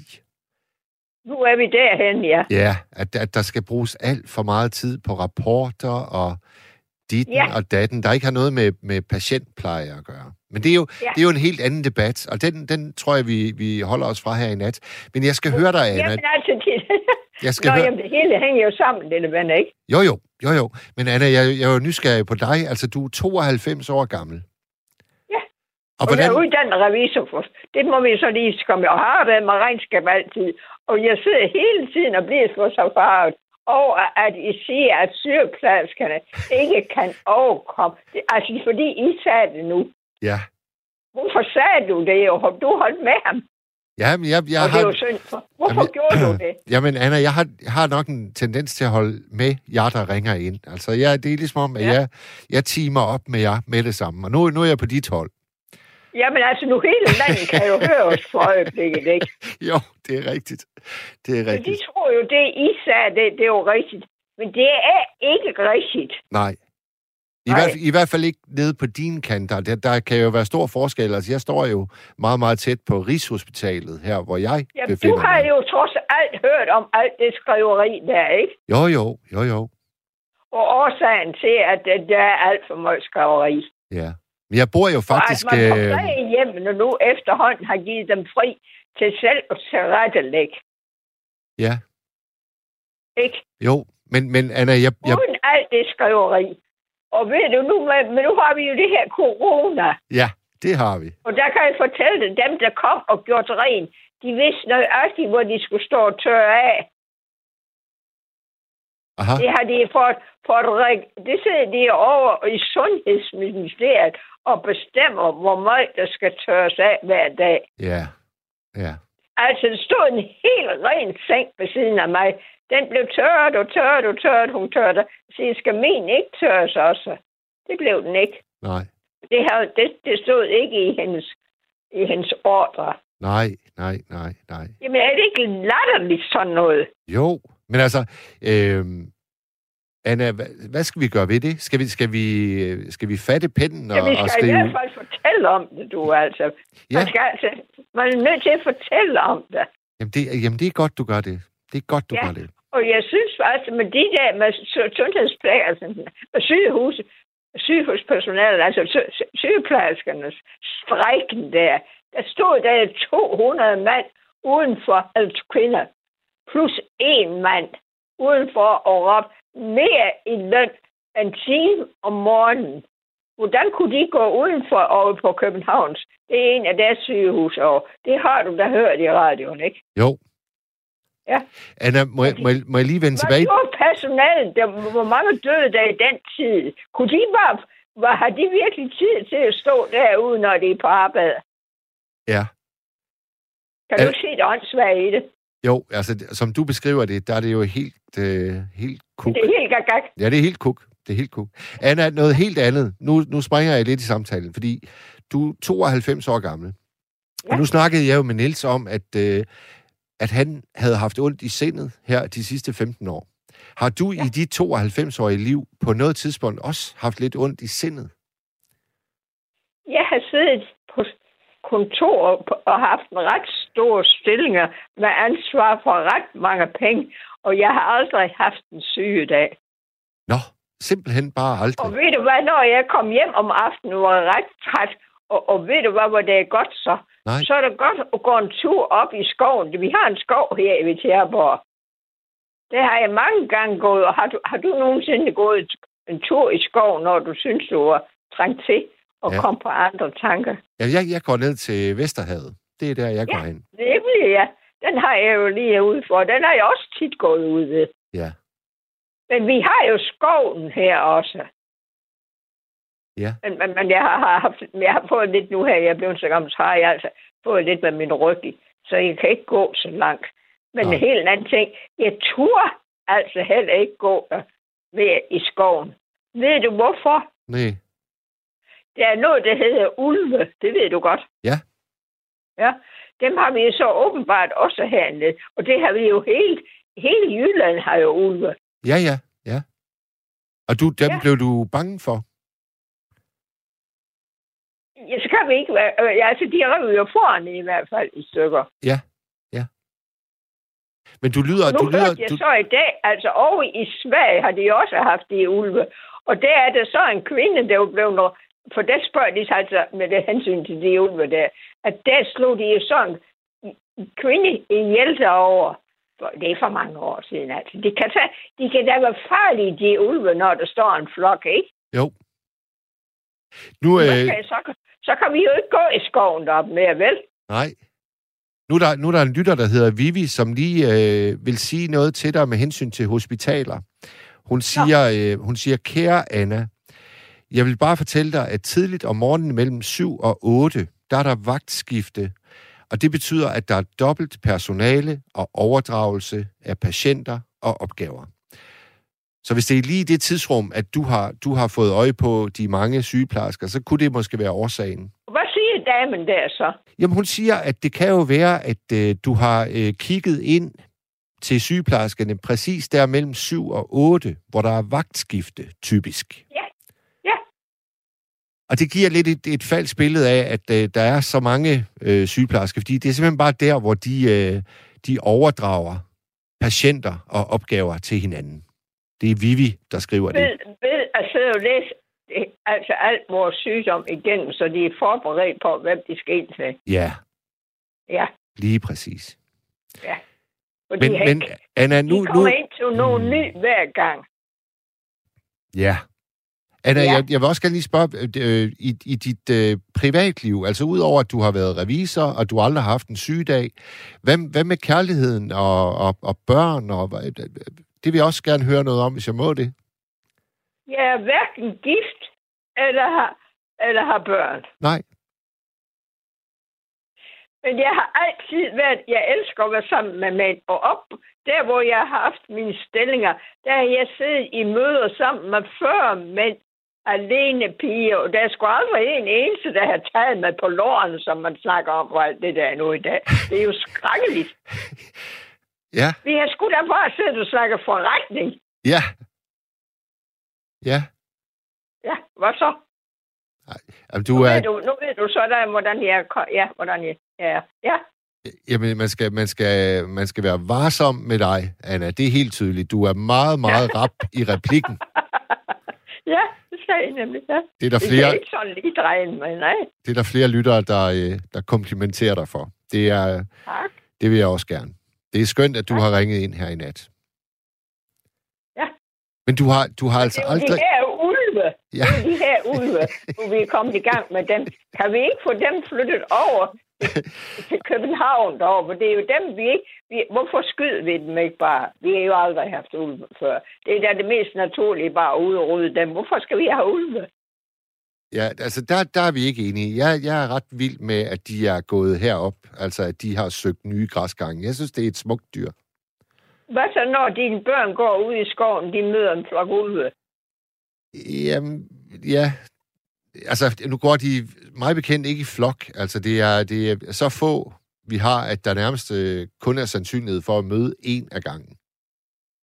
D: Nu er vi derhen, ja.
A: Ja, at, at der skal bruges alt for meget tid på rapporter og ditten ja. og datten, der ikke har noget med, med patientpleje at gøre. Men det er jo, ja. det er jo en helt anden debat, og den, den tror jeg, vi, vi holder os fra her i nat. Men jeg skal høre dig, Anna.
D: Jamen altså, det,
A: jeg skal
D: Nå,
A: høre...
D: jamen, det hele hænger jo sammen, det ven, ikke?
A: Jo, jo, jo, jo. Men Anna, jeg, jeg er jo nysgerrig på dig. Altså, du er tooghalvfems år gammel.
D: Ja,
A: og,
D: og
A: hvordan...
D: jeg er uddannet revisor for. Det må vi så lige komme. Og har været med regnskab altid. Og jeg sidder hele tiden og bliver for så farvet over, at I siger, at sygeplejerskerne ikke kan overkomme. Det, altså, fordi I sagde det nu.
A: Ja.
D: Hvorfor sagde du det? Og du holdt med ham.
A: Ja, men jeg, jeg
D: og
A: har...
D: det er jo synd for. Hvorfor jamen, gjorde du det?
A: Jamen, Anna, jeg har, jeg har nok en tendens til at holde med jer, der ringer ind. Altså, jeg, det er ligesom om, at ja. jeg, jeg teamer op med jer med det samme. Og nu, nu er jeg på dit hold.
D: Jamen altså, nu hele landet kan jo høre os for øjeblikket, ikke?
A: Jo, det er rigtigt. Det er rigtigt.
D: Men de tror jo, det I sagde, det, det er jo rigtigt. Men det er ikke rigtigt.
A: Nej. I, hvert, I hvert fald ikke nede på dine kanter. Der, der kan jo være stor forskel. Altså, jeg står jo meget, meget tæt på Rigshospitalet her, hvor jeg
D: Jamen,
A: befinder
D: du har
A: mig.
D: jo trods alt hørt om alt det skriveri der, ikke?
A: Jo, jo, jo, jo.
D: Og årsagen til, at der er alt for meget skriveri.
A: Ja. Men jeg bor jo faktisk...
D: Og at man får øh... hjem, når nu efterhånden har givet dem fri til selv at tilrettelægge.
A: Ja.
D: Ikke?
A: Jo, men, men Anna, jeg... jeg...
D: Uden alt det skriveri. Og ved du, nu, men nu har vi jo det her corona.
A: Ja, det har vi.
D: Og der kan jeg fortælle dig, dem der kom og gjorde ren, de vidste nøjagtigt, hvor de skulle stå og tørre af.
A: Aha.
D: Det har de fået, fået det sidder de over i Sundhedsministeriet og bestemmer, hvor meget der skal tørres af hver dag.
A: Ja, ja.
D: Altså, der stod en helt ren seng ved siden af mig. Den blev tørret og tørret og tørret, hun tørret. Så jeg skal min ikke tørres også. Det blev den ikke.
A: Nej.
D: Det, her, det, det stod ikke i hendes, i hendes ordre.
A: Nej, nej, nej, nej.
D: Jamen, er det ikke latterligt sådan noget?
A: Jo, men altså... Øh... Anna, hvad, hvad skal vi gøre ved det? Skal vi, skal vi, skal vi fatte pennen og,
D: ja, vi skal
A: og skrive...
D: i hvert fald fortælle om det, du altså.
A: Ja.
D: Man, skal, altså, man er nødt til at fortælle om det.
A: Jamen, det, jamen, det er godt, du gør det. Det er godt, du
D: ja.
A: gør det.
D: Og jeg synes faktisk, med de der med sundhedsplejer, altså med sygehus, sygehuspersonalet, altså sygeplejerskernes strækken der, der stod der to hundrede mand udenfor, altså kvinder, plus en mand udenfor og råbe mere i løn en time om morgenen. Hvordan kunne de gå udenfor over på Københavns? Det er en af deres sygehus over. Det har du da hørt i radioen, ikke?
A: Jo.
D: Ja.
A: Anna, må, jeg, må, jeg, må jeg lige vende tilbage?
D: Hvad gjorde personalet? Der, hvor mange døde der i den tid? Kunne de bare... Var, har de virkelig tid til at stå derude, når de er på arbejde?
A: Ja.
D: Kan Al- du se det åndssvagt i det?
A: Jo, altså, som du beskriver det, der er det jo helt, øh, helt kuk.
D: Det er helt gak, gak.
A: Ja, det er helt kuk. Det er helt kuk. Anna, noget helt andet. Nu, nu springer jeg lidt i samtalen, fordi du er tooghalvfems år gammel. Ja. Og nu snakkede jeg jo med Niels om, at, øh, at han havde haft ondt i sindet her de sidste femten år. Har du ja. i dit tooghalvfems-årige liv på noget tidspunkt også haft lidt ondt i sindet?
D: Jeg har siddet på kontor og haft en ret store stillinger med ansvar for ret mange penge, og jeg har aldrig haft en sygedag.
A: Nå, simpelthen bare aldrig.
D: Og ved du hvad, når jeg kom hjem om aftenen, var jeg ret træt, og, og ved du hvad, hvor det er godt så?
A: Nej.
D: Så er det godt at gå en tur op i skoven. Vi har en skov her i Tjæreborg. Det har jeg mange gange gået, og har du, har du nogensinde gået en tur i skoven, når du synes, du var trængt til at ja. komme på andre tanker?
A: Ja, jeg, jeg går ned til Vesterhavet. Det er der, jeg går
D: ja,
A: hen.
D: Det bliver jeg. Den har jeg jo lige ude for. Den har jeg også tit gået ud ved.
A: Ja.
D: Men vi har jo skoven her også.
A: Ja.
D: Men, men, men jeg, har haft, jeg har fået lidt nu her. Jeg er blevet så gammel, så har jeg altså fået lidt med min ryg i. Så jeg kan ikke gå så langt. Men en helt anden ting. Jeg turde altså heller ikke gå ved i skoven. Ved du hvorfor?
A: Nej.
D: Der er noget, der hedder ulve. Det ved du godt.
A: Ja.
D: Ja. Dem har vi jo så åbenbart også hernede. Og det har vi jo helt... Hele Jylland har jo ulve.
A: Ja, ja, ja. Og du, dem ja. blev du bange for?
D: Ja, så kan vi ikke være... Øh, altså, de rev jo foran i hvert fald i stykker.
A: Ja, ja. Men du lyder...
D: Nu
A: du lyder,
D: hørte jeg
A: du...
D: så i dag, altså over i Sverige har de også haft de ulve. Og der er der så en kvinde, der jo blev noget... For der spørger de sig altså med det hensyn til de ulve der, at der slog de jo sådan en kvinde ihjel derovre. Det er for mange år siden, altså. De kan, tage, de kan da være farlige, de ulve, når der står en flok, ikke?
A: Jo. Nu, øh...
D: okay, så, så kan vi jo ikke gå i skoven deroppe mere, vel?
A: Nej. Nu er, der, nu er der en lytter, der hedder Vivi, som lige øh, vil sige noget til dig med hensyn til hospitaler. Hun siger, øh, hun siger, kære Anna, jeg vil bare fortælle dig, at tidligt om morgenen mellem syv og otte, der er der vagtskifte. Og det betyder, at der er dobbelt personale og overdragelse af patienter og opgaver. Så hvis det er lige det tidsrum, at du har, du har fået øje på de mange sygeplejersker, så kunne det måske være årsagen.
D: Hvad siger damen der så?
A: Jamen hun siger, at det kan jo være, at øh, du har øh, kigget ind til sygeplejerskerne præcis der mellem syv og otte, hvor der er vagtskifte typisk.
D: Ja. Ja.
A: Og det giver lidt et, et falsk billede af, at øh, der er så mange øh, sygeplejersker, fordi det er simpelthen bare der, hvor de, øh, de overdrager patienter og opgaver til hinanden. Det er Vivi, der skriver det.
D: Ved, ved at sidde og læse altså alt vores sygdom igennem, så de er forberedt på, hvem de skal ind til.
A: Ja.
D: Ja.
A: Lige præcis.
D: Ja.
A: Men, men
D: ikke,
A: Anna, nu...
D: de kommer
A: nu...
D: ind til noget mm. ny hver gang.
A: Ja. Anna,
D: ja.
A: jeg, jeg vil også gerne lige spørge, øh, i, i dit øh, privatliv, altså udover at du har været revisor, og du aldrig har haft en sygedag, hvad, hvad med kærligheden og, og, og børn? Og, det vil jeg også gerne høre noget om, hvis jeg må det.
D: Jeg er hverken gift eller har, eller har børn.
A: Nej.
D: Men jeg har altid været, jeg elsker at være sammen med mænd. Og op der, hvor jeg har haft mine stillinger, der har jeg siddet i møder sammen med fyrre mænd, alene piger. Og der er sgu aldrig en eneste, der har taget mig på lårene, som man snakker om på alt det der nu i dag. Det er jo skrækkeligt.
A: Ja.
D: Vi har sgu da bare siddet og snakket forretning.
A: Ja. Ja.
D: Ja, hvad så?
A: Nej, jamen, du
D: nu,
A: er...
D: ved du, nu ved du så, der, hvordan jeg ja, hvordan jeg er. Ja.
A: Jamen, man skal, man, skal, man skal være varsom med dig, Anna. Det er helt tydeligt. Du er meget, meget rap i replikken.
D: Ja, det skal jeg nemlig, ja.
A: Det er der flere...
D: Det er ikke sådan lige drejen, men nej.
A: Det er der flere lyttere, der, der komplimenterer dig for. Det er...
D: Tak.
A: Det vil jeg også gerne. Det er skønt, at du tak. har ringet ind her i nat.
D: Ja.
A: Men du har, du har altså aldrig...
D: Det er jo de her ulve. Ja. Det er de her ulve, hvor vi er kommet i gang med dem. Kan vi ikke få dem flyttet over til København derovre? For det er jo dem, vi ikke... Vi, hvorfor skyder vi dem ikke bare? Vi har jo aldrig haft ulve før. Det er da det mest naturlige, bare ud og rydde dem. Hvorfor skal vi have ulve? Ja,
A: altså der, der er vi ikke enige. Jeg, jeg er ret vild med, at de er gået herop. Altså, at de har søgt nye græsgange. Jeg synes, det er et smukt dyr.
D: Hvad så, når dine børn går ud i skoven, de møder en flok ulve?
A: Jamen, ja... Altså, nu går de meget bekendt ikke i flok. Altså, det er, det er så få, vi har, at der nærmest kun er sandsynlighed for at møde en af gangen.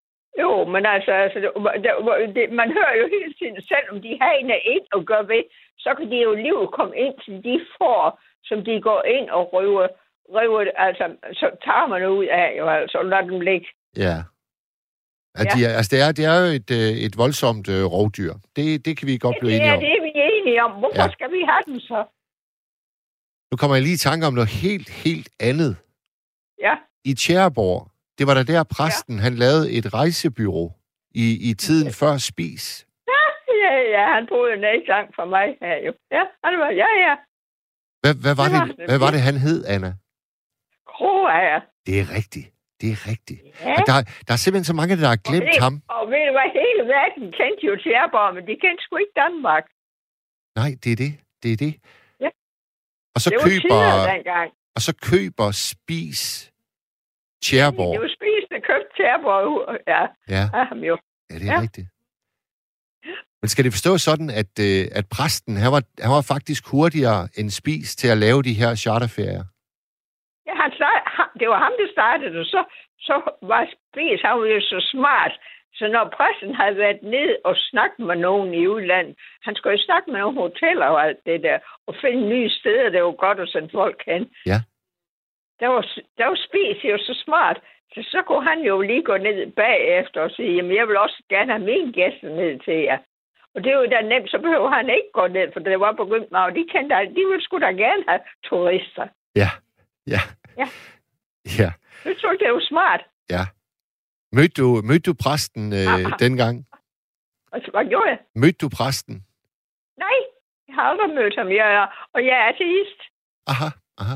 D: Jo, men altså, altså det, det, man hører jo hele tiden, selvom de hegner ind og gør ved, så kan de jo lige komme ind til de får, som de går ind og røver, røver altså, så tager man ud af jo, altså, og lader dem ligge.
A: Ja. At
D: Ja.
A: de er, altså, det er, det er jo et, øh, et voldsomt øh, rovdyr. Det, det kan vi godt blive
D: Det
A: enige
D: er
A: om.
D: det, vi er enige om. Hvorfor
A: Ja.
D: ja. skal vi have dem så?
A: Nu kommer jeg lige i tanke om noget helt, helt andet.
D: Ja.
A: I Tjæreborg, det var der der præsten, ja. han lavede et rejsebyrå i, i tiden ja. før Spis.
D: Ja, ja, han boede næste gang for mig her jo. Ja, han var, ja, ja.
A: Hvad, hvad, var,
D: Det var
A: det,
D: det.
A: hvad var det, han hed, Anna?
D: Kroager.
A: Det er rigtigt. Det er rigtigt.
D: Ja.
A: Og der, der er simpelthen så mange, der har glemt
D: og ved,
A: ham.
D: Og ved du hvad, hele verden kendte jo Tjæreborg, men de kendte sgu ikke Danmark.
A: Nej, det er det. Det er det.
D: Ja.
A: Og så
D: Det var
A: køber,
D: tider dengang.
A: og så køber Spis Tjæreborg.
D: Det var spisende købt Tjæreborg. Ja,
A: Ja,
D: af ham jo.
A: ja, det er
D: Ja.
A: rigtigt. Men skal det forstås sådan, at, øh, at præsten, han var, han var faktisk hurtigere end Spis til at lave de her charterferier?
D: Ja, han start, han, det var ham, der startede, og så, så var Spies, han var jo så smart. Så når præsten havde været ned og snakket med nogen i udlandet, han skulle jo snakke med nogle hoteller og alt det der, og finde nye steder, det var godt at sende folk hen.
A: Ja.
D: Der var, der var Spies jo så smart, så så kunne han jo lige gå ned bagefter og sige, jamen jeg vil også gerne have mine gæster ned til jer. Og det er jo da nemt, så behøver han ikke gå ned, for det var begyndt med, og de kendte, de ville sgu da gerne have turister.
A: Ja, ja.
D: Ja.
A: Ja,
D: Det tror jeg, det er jo smart.
A: ja. Mødte du, mødte du præsten øh,
D: Ah.
A: dengang?
D: Og så, hvad gjorde jeg?
A: Mødte du præsten?
D: Nej, jeg har aldrig mødt ham, jeg er, og jeg er ateist.
A: Aha, aha.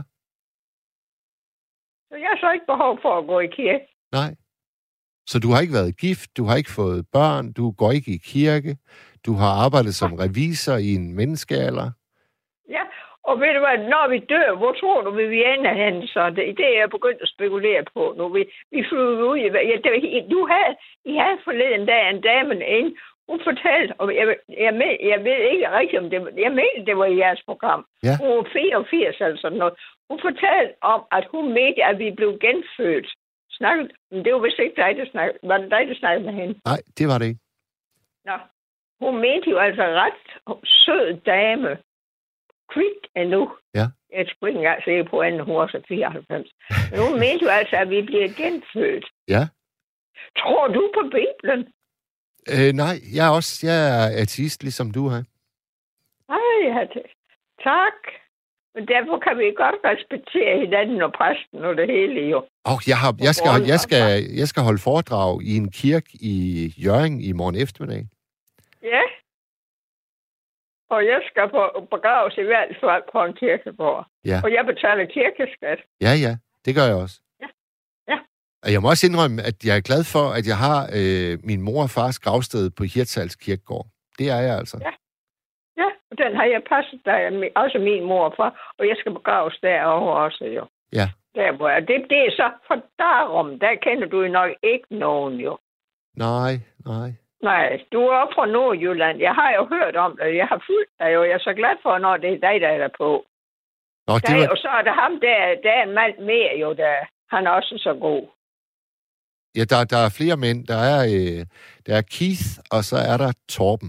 D: Så jeg har så ikke behov for at gå i kirke.
A: Nej. Så du har ikke været gift, du har ikke fået børn, du går ikke i kirke, du har arbejdet som revisor i en menneskealder.
D: Ja, og ved du hvad, når vi dør, hvor tror du, vil vi ender hen? Så det, det er jeg begyndt at spekulere på nu. Vi, vi flyver ud i... Ja, det, du havde, I havde forleden dag en dame ind, hun fortalte, og jeg, jeg, med, jeg ved ikke rigtigt, om det var... Jeg mener, det var i jeres program.
A: Ja.
D: Hun var fireogfirs eller sådan noget. Hun fortalte om, at hun mente, at vi blev genfødt. Snakkede, men det var vist ikke dig, der snakkede. Var det dig, der snakkede med hende?
A: Nej, det var det ikke.
D: Nå. Hun mente jo altså ret sød dame. Quick endnu.
A: Ja.
D: Jeg skulle ikke engang se på, at hun var så fireoghalvfems. Men hun mente jo altså, at vi bliver genfødt.
A: Ja.
D: Tror du på Bibelen?
A: Øh, nej, jeg er også jeg er ateist, ligesom du er.
D: Nej, ja, det. Tak. Men derfor kan vi godt respektere hinanden og præsten og det hele jo.
A: Og jeg, har, jeg, skal, jeg, skal, jeg skal holde foredrag i en kirke i Hjørring i morgen eftermiddag.
D: Ja. Og jeg skal på begraves i hvert fald på en kirkegård.
A: Ja.
D: Og jeg betaler kirkeskat.
A: Ja, ja, det gør jeg også.
D: Ja. Ja.
A: Og jeg må også indrømme, at jeg er glad for, at jeg har øh, min mor og fars gravsted på Hirtshals Kirkegård. Det er jeg altså.
D: Ja. Ja, og den har jeg passet der, også min mor og far, og jeg skal begraves derovre også jo.
A: Ja.
D: Der hvor jeg, det, det er så for Darum, der kender du jo nok ikke nogen jo.
A: Nej, nej.
D: Nej, du er oppe fra Nordjylland. Jeg har jo hørt om det. Jeg har fulgt dig jo. Jeg er så glad for, når det er dig, der er der på.
A: Nå, det
D: Der,
A: var...
D: og så er der ham, der, der er en mand mere jo, der han er også så god.
A: Ja, der, der er flere mænd. Der er, øh, der er Keith, og så er der Torben.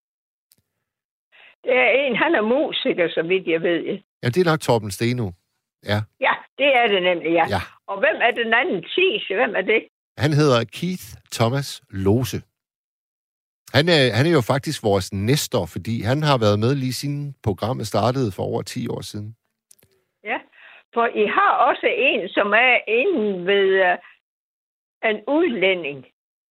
D: Det er en, han er musiker, så vidt jeg ved.
A: Ja, det er nok Torben Steno. Ja.
D: Ja, det er det nemlig, ja.
A: Ja.
D: Og hvem er den anden Thies? Hvem er det?
A: Han hedder Keith Thomas Lose. Han er, han er jo faktisk vores næstor, fordi han har været med lige siden programmet startede for over ti år siden.
D: Ja, for I har også en, som er inde ved uh, en udlænding.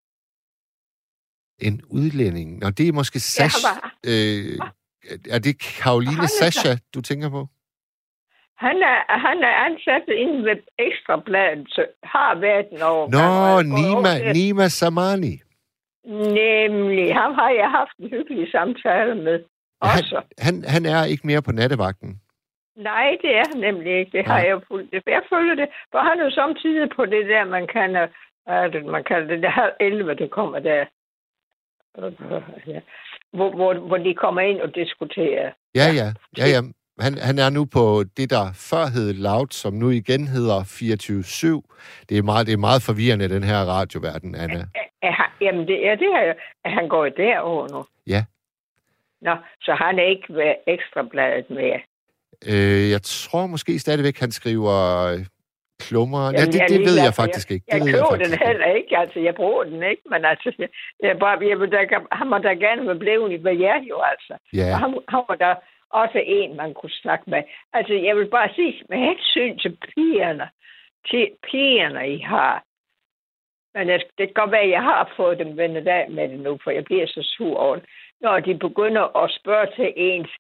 A: En udlænding? Nå, det er måske Sasha.
D: Ja,
A: øh, er det Karoline Sasha, du tænker på?
D: Han er, han er ansat inde ved Ekstrabladet, så har været en overgang.
A: Nå, Nima, Nima Samani.
D: Nemlig. Ham har jeg haft en hyggelig samtale med. Også.
A: Han, han, han er ikke mere på nattevagten.
D: Nej, det er han nemlig ikke. Det har
A: Nej.
D: jeg fulgt. Jeg følger det. For han er jo samtidig på det der, man kan, uh, det, man kalder det der halv elleve, det kommer der. Ja. Hvor, hvor, hvor de kommer ind og diskuterer.
A: Ja, ja. ja, ja. Han, han er nu på det, der før hed Loud, som nu igen hedder fireogtyve syv. Det er meget, det er meget forvirrende, den her radioverden, Anna.
D: Er han, jamen, det, ja, det er, at han går derover nu.
A: Ja.
D: Nå, så han er ikke ved Ekstrabladet mere.
A: Øh, jeg tror måske stadigvæk, han skriver klummer. Ja, det, det ved jeg faktisk ikke.
D: Jeg,
A: det
D: jeg
A: ved
D: køber
A: jeg
D: den heller ikke. Altså, jeg bruger den ikke, men altså, jeg, jeg bare, jeg, der, han må da gerne være blevet med jer jo, altså.
A: Ja.
D: Og han, han var der også en, man kunne snakke med. Altså, jeg vil bare sige, med hensyn til pigerne, til pigerne, I har. Men det kan godt være, at jeg har fået dem vendt af med det nu, for jeg bliver så sur over det. Når de begynder at spørge til ens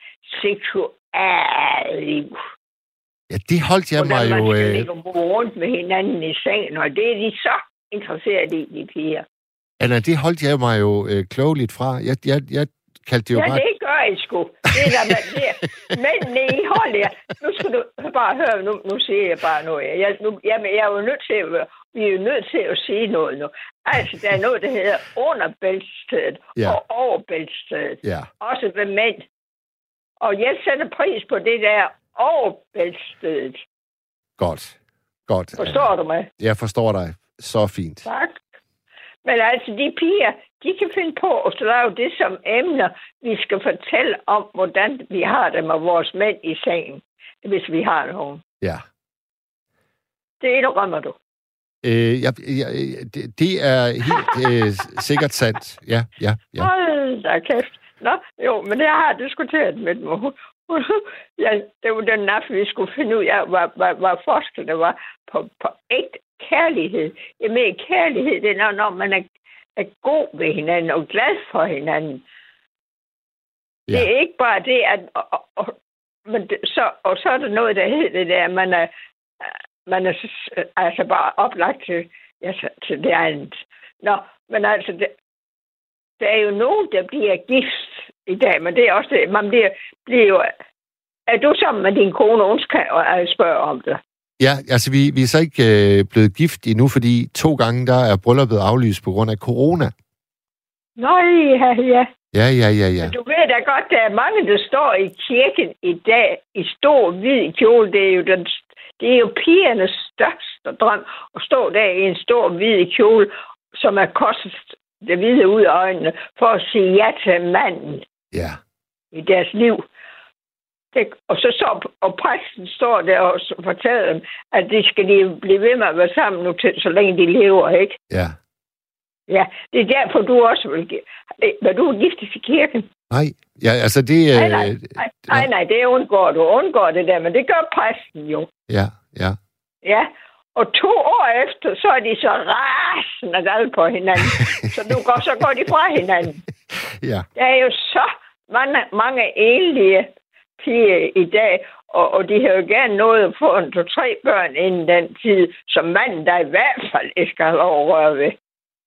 D: seksuelle liv.
A: Ja, det holdt jeg mig jo...
D: Hvordan man skal
A: øh...
D: ligge og bo rundt med hinanden i sengen, og det er de så interesseret i, de piger.
A: Anna, det holdt jeg mig jo øh, klogeligt fra. Jeg, jeg, jeg kaldte det jo
D: ja,
A: bare...
D: Ja, det gør I sgu. Det er der, man der. Mændene i hold jer. Nu skal du bare høre, nu, nu siger jeg bare noget. Jeg, nu, jamen, jeg er jo nødt til at... Vi er jo nødt til at sige noget nu. Altså, der er noget, der hedder under bæltestedet
A: ja.
D: og over bæltestedet.
A: Ja.
D: Også ved mænd. Og jeg sætter pris på det der over bæltestedet.
A: Godt. Godt.
D: Forstår du mig?
A: Jeg forstår dig. Så fint.
D: Tak. Men altså, de piger, de kan finde på at lave det som emner, vi skal fortælle om, hvordan vi har det med vores mænd i sengen, hvis vi har nogen.
A: Ja.
D: Det indrømmer du.
A: Øh, jeg, jeg, det, det er helt øh, sikkert sandt. Ja, ja, ja.
D: Hold da kæft. Nå, jo, men jeg har diskuteret med dem. Ja, det var den aften, vi skulle finde ud af, hvad, hvad, hvad forskerne var på, på ægte kærlighed. Jamen, kærlighed, det er, når man er, er god ved hinanden og glad for hinanden. Ja. Det er ikke bare det, at... Og, og, men det, så, og så er der noget, der hedder det der, at man er, man er altså bare oplagt til, ja, til det andet. Nå, men altså, det, der er jo nogen, der bliver gift i dag, men det er også det, man bliver, bliver jo... Er du sammen med din kone, hun skal spørge om det?
A: Ja, altså vi, vi er så ikke øh, blevet gift endnu, fordi to gange der er brylluppet aflyst på grund af corona.
D: Nå ja, ja.
A: Ja, ja, ja, ja.
D: Men du ved da godt, der er mange, der står i kirken i dag i stor hvid kjole. Det er jo, den, det er jo pigernes største drøm at stå der i en stor hvid kjole, som er kostet det hvide ud af øjnene, for at sige ja til manden.
A: Ja.
D: I deres liv. Det, og så så, og præsten står der og fortæller dem, at de skal de blive ved med at være sammen nu til, så længe de lever, ikke?
A: Ja.
D: Ja, det er derfor, du også vil... Var du giftes i kirken?
A: Nej, ja, altså det...
D: Nej, nej, nej, nej, nej, det undgår du. Undgår det der, men det gør præsten jo.
A: Ja, ja.
D: Ja, og to år efter, så er de så rasende galt på hinanden. så nu går, så går de fra hinanden.
A: Ja.
D: Der er jo så mange, mange enlige piger i dag, og, og de har jo gerne nået at få en to-tre børn inden den tid, som manden der i hvert fald ikke skal have lov at røre ved.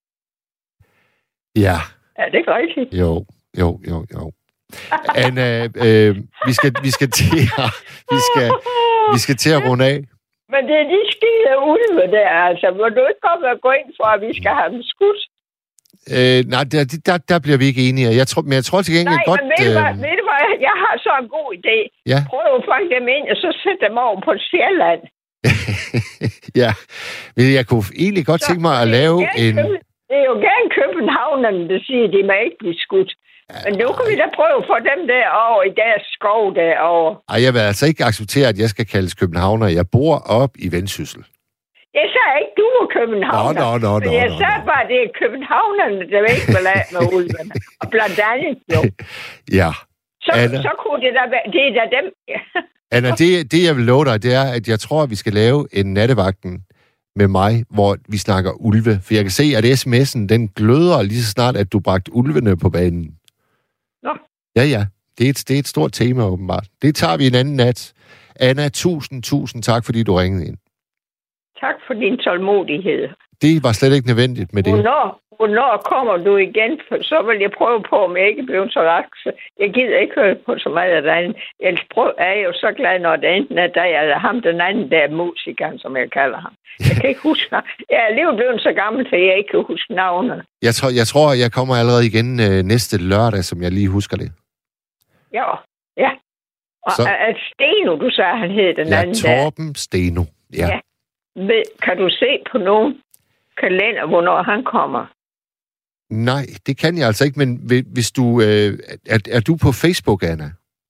A: Ja.
D: Er det ikke rigtigt?
A: Jo, jo, jo, jo. Anna, øh, vi skal, vi skal til at, vi skal, vi skal til at runde af.
D: Men det er de skide ulve der, altså. Må du ikke komme og gå ind for, at vi skal have dem skudt?
A: Øh, nej, der, der, der bliver vi ikke enige. Jeg tror, men jeg tror til gengæld
D: nej,
A: godt...
D: Nej, men ved,
A: øh...
D: du hvad, ved du hvad, jeg har så en god idé.
A: Ja.
D: Prøv at fange dem ind, og så sæt dem over på Sjælland.
A: Ja, men jeg kunne egentlig godt så, tænke mig at lave en...
D: Køben, det er jo gerne københavnerne, der siger, at de må ikke blive skudt. Ja, men nu kan vi da prøve at få dem derovre i deres skov derovre.
A: Ej, jeg vil altså ikke acceptere, at jeg skal kaldes københavner. Jeg bor op i Vendsyssel.
D: Jeg sagde ikke, du var københavner.
A: Nå, nå, nå, nå,
D: jeg
A: nå,
D: sagde
A: nå.
D: bare, at det er københavnerne, der ikke vil af med ulvene. Og blandt andet jo.
A: Ja.
D: Så, så kunne det da være... Det er da dem...
A: Anna, det, det jeg vil love dig, det er, at jeg tror, at vi skal lave en nattevagten med mig, hvor vi snakker ulve. For jeg kan se, at sms'en, den gløder lige så snart, at du bragte ulvene på banen.
D: Nå.
A: Ja, ja. Det er, et, det er et stort tema, åbenbart. Det tager vi en anden nat. Anna, tusind, tusind tak, fordi du ringede ind.
D: Tak for din tålmodighed.
A: Det var slet ikke nødvendigt med det.
D: Hvornår, hvornår kommer du igen? For så vil jeg prøve på, om jeg ikke bliver så laks. Jeg gider ikke høre på så meget af derinde. Jeg er jo så glad, når det enten er dig eller ham, den anden, der er musikeren, som jeg kalder ham. Jeg kan ikke huske ham. Jeg er alligevel blevet så gammel, så jeg ikke kan huske navnene.
A: Jeg tror, jeg, tror, jeg kommer allerede igen øh, næste lørdag, som jeg lige husker det.
D: Ja, ja. Og så... at Steno, du sagde, han hed den
A: ja,
D: anden
A: der. Ja, Torben Steno. Ja.
D: ja. Kan du se på nogen kalender, hvornår han kommer?
A: Nej, det kan jeg altså ikke, men hvis du... Øh, er, er du på Facebook, Anna?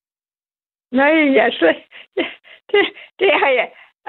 D: Nej, jeg slet... Det, det har jeg...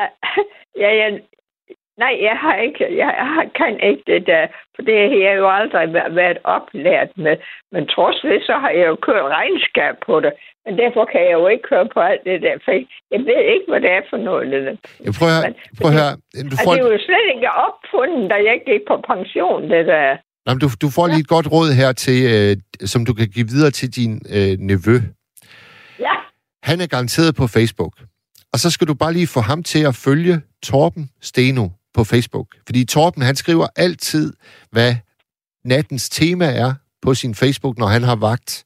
D: Ja, jeg... Nej, jeg har ikke... Jeg har, kan ikke det der, for det har jeg jo aldrig været oplært med. Men trods det, så har jeg jo kørt regnskab på det. Men derfor kan jeg jo ikke køre på alt det der. For jeg ved ikke, hvad det er for noget.
A: Jeg prøver her. Prøv her. Du får...
D: Det er jo slet ikke opfundet, da jeg gik på pension, det der.
A: Nå, du, du får lige et godt råd her, til, øh, som du kan give videre til din øh, nevø.
D: Ja.
A: Han er garanteret på Facebook. Og så skal du bare lige få ham til at følge Torben Steno på Facebook. Fordi Torben, han skriver altid, hvad nattens tema er på sin Facebook, når han har vagt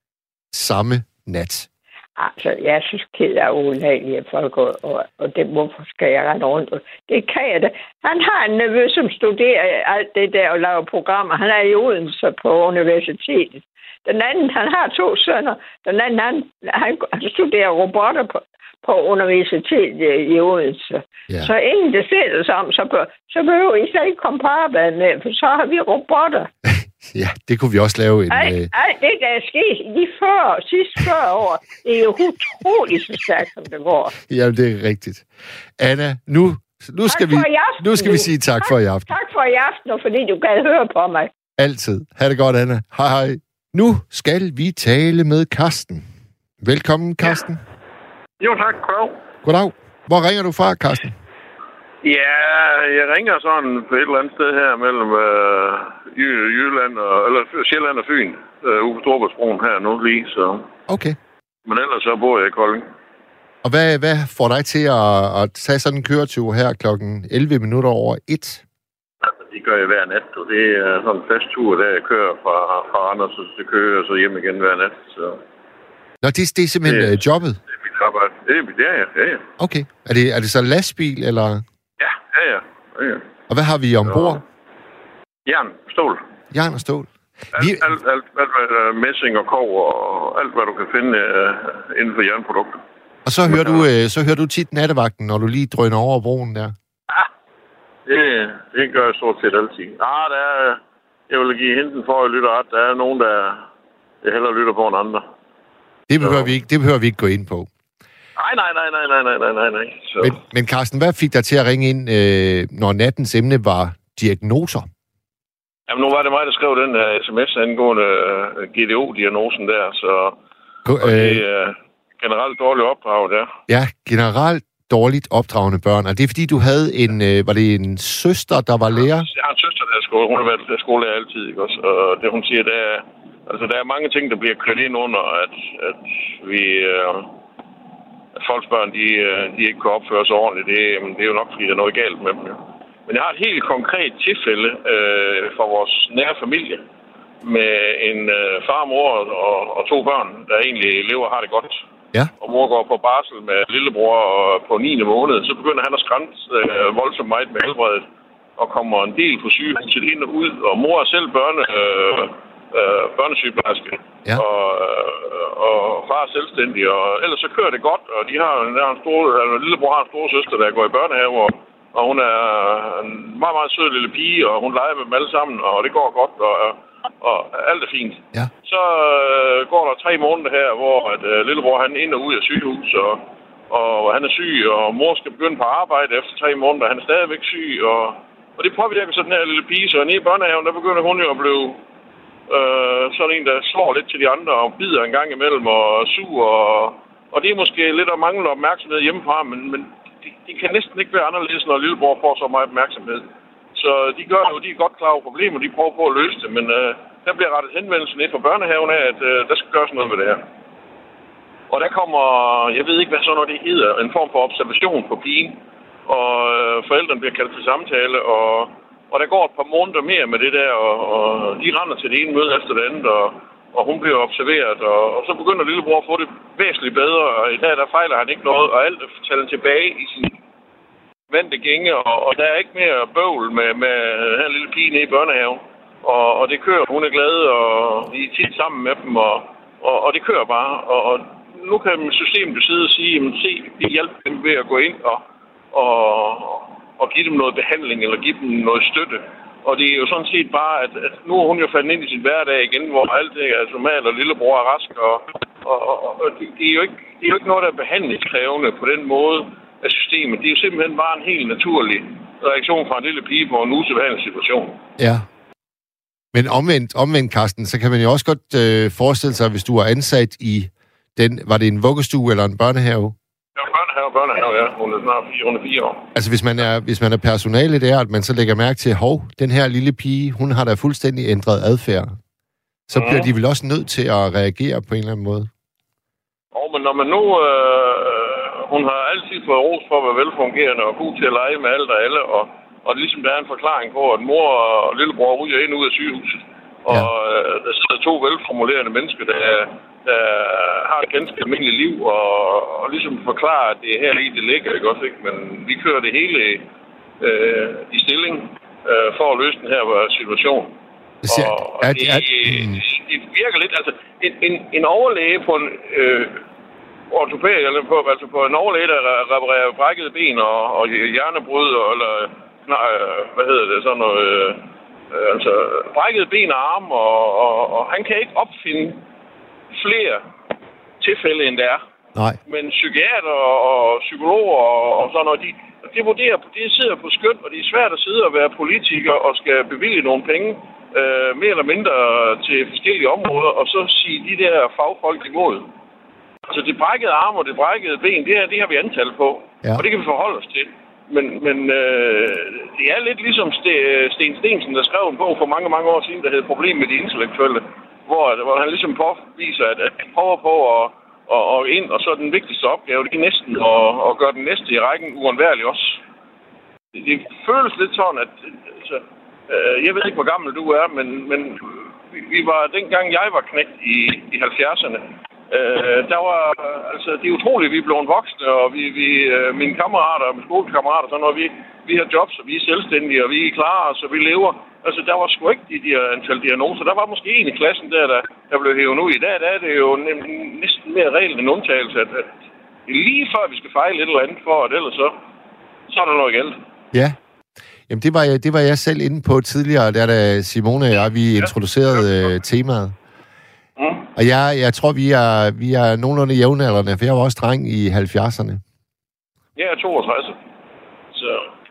A: samme nat.
D: Altså, jeg synes, det er ulægeligt, at folk går, og, og det, hvorfor skal jeg rende rundt? Det kan jeg da. Han har en nevø, som studerer alt det der og laver programmer. Han er i Odense på universitetet. Den anden, han har to sønner. Den anden, han, han, han studerer robotter på, på universitetet i Odense. Ja. Så inden det sætter sig om, så, bør, så behøver I slet ikke komme på arbejde med, for så har vi robotter.
A: Ja, det kunne vi også lave en...
D: Ej, ej det der er sket i de fyrre, sidste fyrre år, det er jo utroligt så stærkt, som det går.
A: Jamen, det er rigtigt. Anna, nu, nu, skal, vi,
D: aften,
A: nu skal vi sige tak, tak for i aften.
D: Tak for i aften, og fordi du kan høre på mig.
A: Altid. Ha' det godt, Anna. Hej, hej. Nu skal vi tale med Karsten. Velkommen, Karsten.
E: Ja. Jo, tak. Goddag.
A: Goddag. Hvor ringer du fra, Karsten?
E: Ja, jeg ringer sådan på et eller andet sted her mellem øh, Jylland og, eller Sjælland og Fyn, øh, ude på Storbritannien her nu lige, så...
A: Okay.
E: Men ellers så bor jeg i Kolding.
A: Og hvad, hvad får dig til at, at tage sådan en køretur her klokken elleve minutter over et?
E: Altså, det gør jeg hver nat, og det er sådan en fast tur, der jeg kører fra, fra Randers til Køge og så hjem igen hver nat, så...
A: Nå, det, det er simpelthen det, jobbet?
E: Det er mit arbejde. Det er, det er jeg, ja, ja.
A: Okay. Er det, er det så lastbil, eller...?
E: Ja, ja, ja. ja, ja.
A: Og hvad har vi ombord?
E: Jern, stål.
A: Jern og stål.
E: Alt, vi... alt, alt, alt, alt messing og kov og alt, hvad du kan finde uh, inden for jernprodukter.
A: Og så hører, du, uh, så hører du tit nattevagten, når du lige drøner over broen der?
E: Ja, det, det gør jeg stort set altid. Ah, der er, jeg vil give henten for at lytte ret. Der er nogen, der jeg hellere lytter på end andre.
A: Det behøver, vi ikke, det behøver vi ikke gå ind på.
E: Nej, nej, nej, nej, nej, nej, nej, nej, nej. Så.
A: Men, men Carsten, hvad fik dig til at ringe ind, øh, når nattens emne var diagnoser?
E: Jamen, nu var det mig, der skrev den uh, sms angående uh, G D O-diagnosen der, så
A: Go, øh,
E: det er uh, generelt dårligt opdraget der.
A: Ja, generelt dårligt opdragende børn. Og det er fordi, du havde en, øh, var det en søster, der var lærer?
E: Jeg har en søster, der er skole. Hun har været skolelærer altid, ikke også? Og det, hun siger, der er, altså, der er mange ting, der bliver kørt ind under, at, at vi... Uh, at folks børn, de, de ikke kan opføre sig ordentligt. Det, det er jo nok, fordi der er noget galt med dem. Ja. Men jeg har et helt konkret tilfælde øh, fra vores nære familie med en øh, far, mor og, og to børn, der egentlig lever og har det godt.
A: Ja.
E: Og mor går på barsel med lillebror på niende måned. Så begynder han at skrænte øh, voldsomt meget med helbredet og kommer en del på sygehuset ind og ud. Og mor er selv børne... Øh, Øh, børnesygeplejerske,
A: ja.
E: og, øh, og far er selvstændig, og ellers så kører det godt, og de har, der er en stor, altså, lillebror har en stor søster, der går i børnehave, og, og hun er en meget, meget sød lille pige, og hun leger med dem alle sammen, og det går godt, og, og alt er fint.
A: Ja.
E: Så øh, går der tre måneder her, hvor at, øh, lillebror han er ind og ud af sygehus, og, og han er syg, og mor skal begynde på arbejde efter tre måneder, han er stadigvæk syg, og, og det påvirker så den her lille pige, så nede i børnehaven, der begynder hun jo at blive Øh, sådan en, der slår lidt til de andre og bider en gang imellem og sur. Og, og det er måske lidt at mangle opmærksomhed hjemmefra, men, men de, de kan næsten ikke være anderledes, når lillebror får så meget opmærksomhed. Så de gør jo, de er godt klar over problemer, de prøver på at løse det, men øh, der bliver rettet henvendelse ned fra børnehaven af, at øh, der skal gøres noget med det her. Og der kommer, jeg ved ikke, hvad så når det hedder, en form for observation på pigen, og øh, forældrene bliver kaldt til samtale, og Og der går et par måneder mere med det der, og, og de render til det ene møde efter det andet, og, og hun bliver observeret, og, og så begynder lillebror at få det væsentligt bedre, og i dag der fejler han ikke noget, og alt er taget tilbage i sin vante gænge, og, og der er ikke mere bøvl med, med den her lille pige nede i børnehaven, og, og det kører, hun er glad, og de er tit sammen med dem, og, og, og det kører bare, og, og nu kan systemet sidde og sige, jamen se, vi hjælper dem ved at gå ind og, og og give dem noget behandling, eller give dem noget støtte. Og det er jo sådan set bare, at, at nu er hun jo faldet ind i sin hverdag igen, hvor alt det er normalt, og lillebror er rask. Og, og, og, og det, det, er jo ikke, det er jo ikke noget, der er behandlingskrævende på den måde af systemet. Det er jo simpelthen bare en helt naturlig reaktion fra en lille pige på en usædvanlig situation.
A: Ja. Men omvendt, omvendt, Carsten, så kan man jo også godt øh, forestille sig, hvis du er ansat i den, var det en vuggestue eller en børnehave?
E: Ja, børnehave, børnehave, ja. Hun er snart fire, hun er fire år. Altså,
A: hvis man er, hvis man er personale der, at man så lægger mærke til, hov, den her lille pige, hun har da fuldstændig ændret adfærd. Så mm. bliver de vel også nødt til at reagere på en eller anden måde?
E: Jo, men når man nu... Øh, hun har altid fået ros for at være velfungerende og god til at lege med alt og alle, og, og ligesom der er en forklaring på, at mor og lillebror ryger ind ud af sygehuset. Og ja. øh, der sidder to velformulerende mennesker, der, der har et ganske almindeligt liv, og, og ligesom forklarer, at det er her i det ligger, ikke også, ikke? Men vi kører det hele øh, i stilling øh, for at løse den her situation. Og, og det, det, det virker lidt, altså en, en, en overlæge på en øh, ortopæd, eller på, altså på en overlæge, der reparerer brækkede ben og, og hjernebrud, eller nej, hvad hedder det, sådan noget, øh, altså brækkede ben og arme, og, og, og han kan ikke opfinde flere tilfælde, end der er.
A: Nej.
E: Men psykiater og, og psykologer og, og sådan noget, de, de vurderer, de sidder på skøn, og det er svært at sidde og være politiker og skal bevilge nogle penge, øh, mere eller mindre til forskellige områder, og så sige de der fagfolk imod. Så det brækkede arme og det brækkede ben, det, her, det har vi antal på, ja. Og det kan vi forholde os til. Men, men øh, det er lidt ligesom Sten Stensen, der skrev en bog for mange, mange år siden, der hed Problem med de intellektuelle, hvor, hvor han ligesom påviser, at, at han prøver på at og, og ind, og så den vigtigste opgave, det er næsten at, at gøre den næste i rækken uundværlig også. Det, det føles lidt sådan, at altså, øh, jeg ved ikke, hvor gammel du er, men, men vi, vi var, dengang jeg var knægt i, i halvfjerdserne, øh, der var, altså, det er utroligt, vi er blevet voksne, og vi, vi mine kammerater og mine skolekammerater, sådan noget, vi, vi har jobs, og vi er selvstændige, og vi er klare, og så vi lever. Altså, der var sgu ikke de der antal diagnoser. Der var måske en i klassen der, der, der blev hævet ud i dag. Der er det jo næsten mere regel end undtagelse, at, at lige før vi skal fejle et eller andet for, at ellers så, så er der noget galt.
A: Ja. Jamen, det var, jeg, det var jeg selv inde på tidligere, der da Simone og jeg, vi ja. introducerede ja. øh, temaet. Mm. Og jeg, jeg tror, vi er, vi er nogenlunde jævnaldrende, for jeg var også dreng i halvfjerdserne.
E: Jeg er toogtres. Så...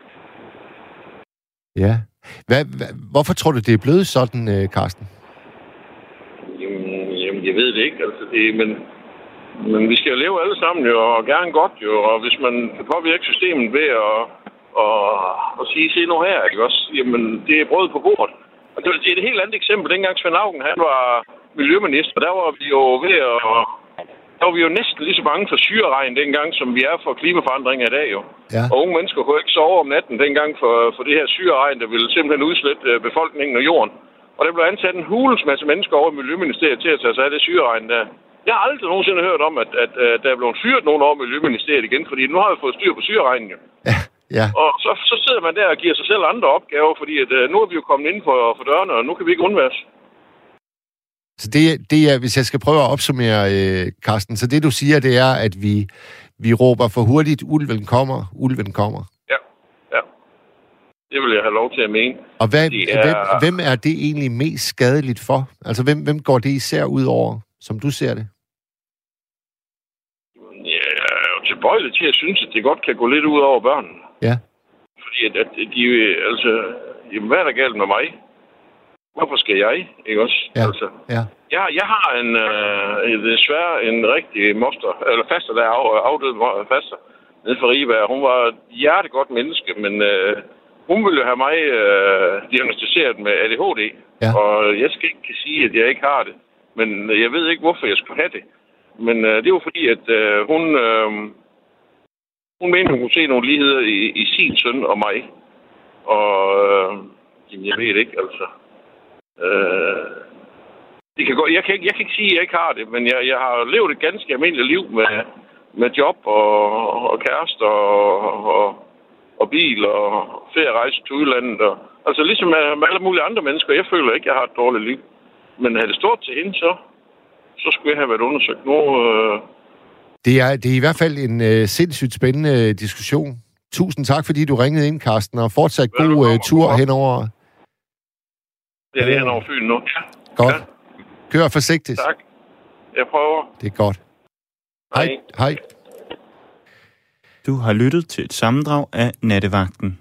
A: Ja. Hvad, hvad, hvorfor tror du, det er blevet sådan, øh, Carsten?
E: Jamen, jamen, jeg ved det ikke. Altså, det, men, men vi skal jo leve alle sammen jo, og gerne godt jo. Og hvis man kan påvirke systemet ved at og, og sige, se nu her, ikke også? Jamen, det er brød på bordet. Og det, det er et helt andet eksempel. Dengang Svend Auken, han var miljøminister, der var vi jo ved at... Der var vi jo næsten lige så bange for syreregn dengang, som vi er for klimaforandringer i dag jo. Ja. Og unge mennesker kunne ikke sove om natten dengang for, for det her syreregn, der ville simpelthen udslette befolkningen og jorden. Og der blev ansat en hulens masse mennesker over i Miljøministeriet til at tage sig af det syreregn der. Jeg har aldrig nogensinde hørt om, at, at, at der er blevet fyret nogen over i Miljøministeriet igen, fordi nu har vi fået styr på syreregnen jo.
A: Ja. Ja.
E: Og så, så sidder man der og giver sig selv andre opgaver, fordi at, nu er vi jo kommet ind for, for dørene, og nu kan vi ikke undværes.
A: Så det, det er, hvis jeg skal prøve at opsummere, øh, Carsten, så det du siger, det er, at vi, vi råber for hurtigt, ulven kommer, ulven kommer.
E: Ja, ja. Det vil jeg have lov til at mene.
A: Og hvad,
E: er...
A: hvem, hvem er det egentlig mest skadeligt for? Altså, hvem, hvem går det især ud over, som du ser det?
E: Ja, jeg er jo tilbøjelig til at synes, at det godt kan gå lidt ud over børnene.
A: Ja. Fordi
E: at, at de, altså, jamen, hvad er der galt med mig? Hvorfor skal jeg? Ikke også?
A: Ja,
E: altså,
A: ja.
E: Jeg, jeg har en, øh, desværre en rigtig moster, eller faster, der er af, afdød faster, nede for Rigeberg. Hun var et hjertegodt menneske, men øh, hun ville jo have mig øh, diagnostiseret med A D H D. Ja. Og jeg skal ikke sige, at jeg ikke har det. Men jeg ved ikke, hvorfor jeg skulle have det. Men øh, det var fordi, at øh, hun, øh, hun mente, hun kunne se nogle ligheder i, i sin søn og mig. Og øh, jamen, jeg ved det ikke, altså. Øh, det kan gå, jeg, kan ikke, jeg kan ikke sige, at jeg ikke har det, men jeg, jeg har levet et ganske almindeligt liv med, med job og, og kæreste og, og, og bil og ferierejse til udlandet. Og, altså ligesom med, med alle mulige andre mennesker. Jeg føler ikke, at jeg har et dårligt liv. Men havde det stået til hende, så, så skulle jeg have været undersøgt. Nu, øh...
A: det, er, det er i hvert fald en øh, sindssygt spændende diskussion. Tusind tak, fordi du ringede ind, Carsten, og fortsat god øh, tur henover
E: Det er det, han over Fyn nu. Ja.
A: Godt.
E: Ja.
A: Kør forsigtigt.
E: Tak. Jeg prøver.
A: Det er godt. Hej. Hej.
F: Du har lyttet til et sammendrag af Nattevagten.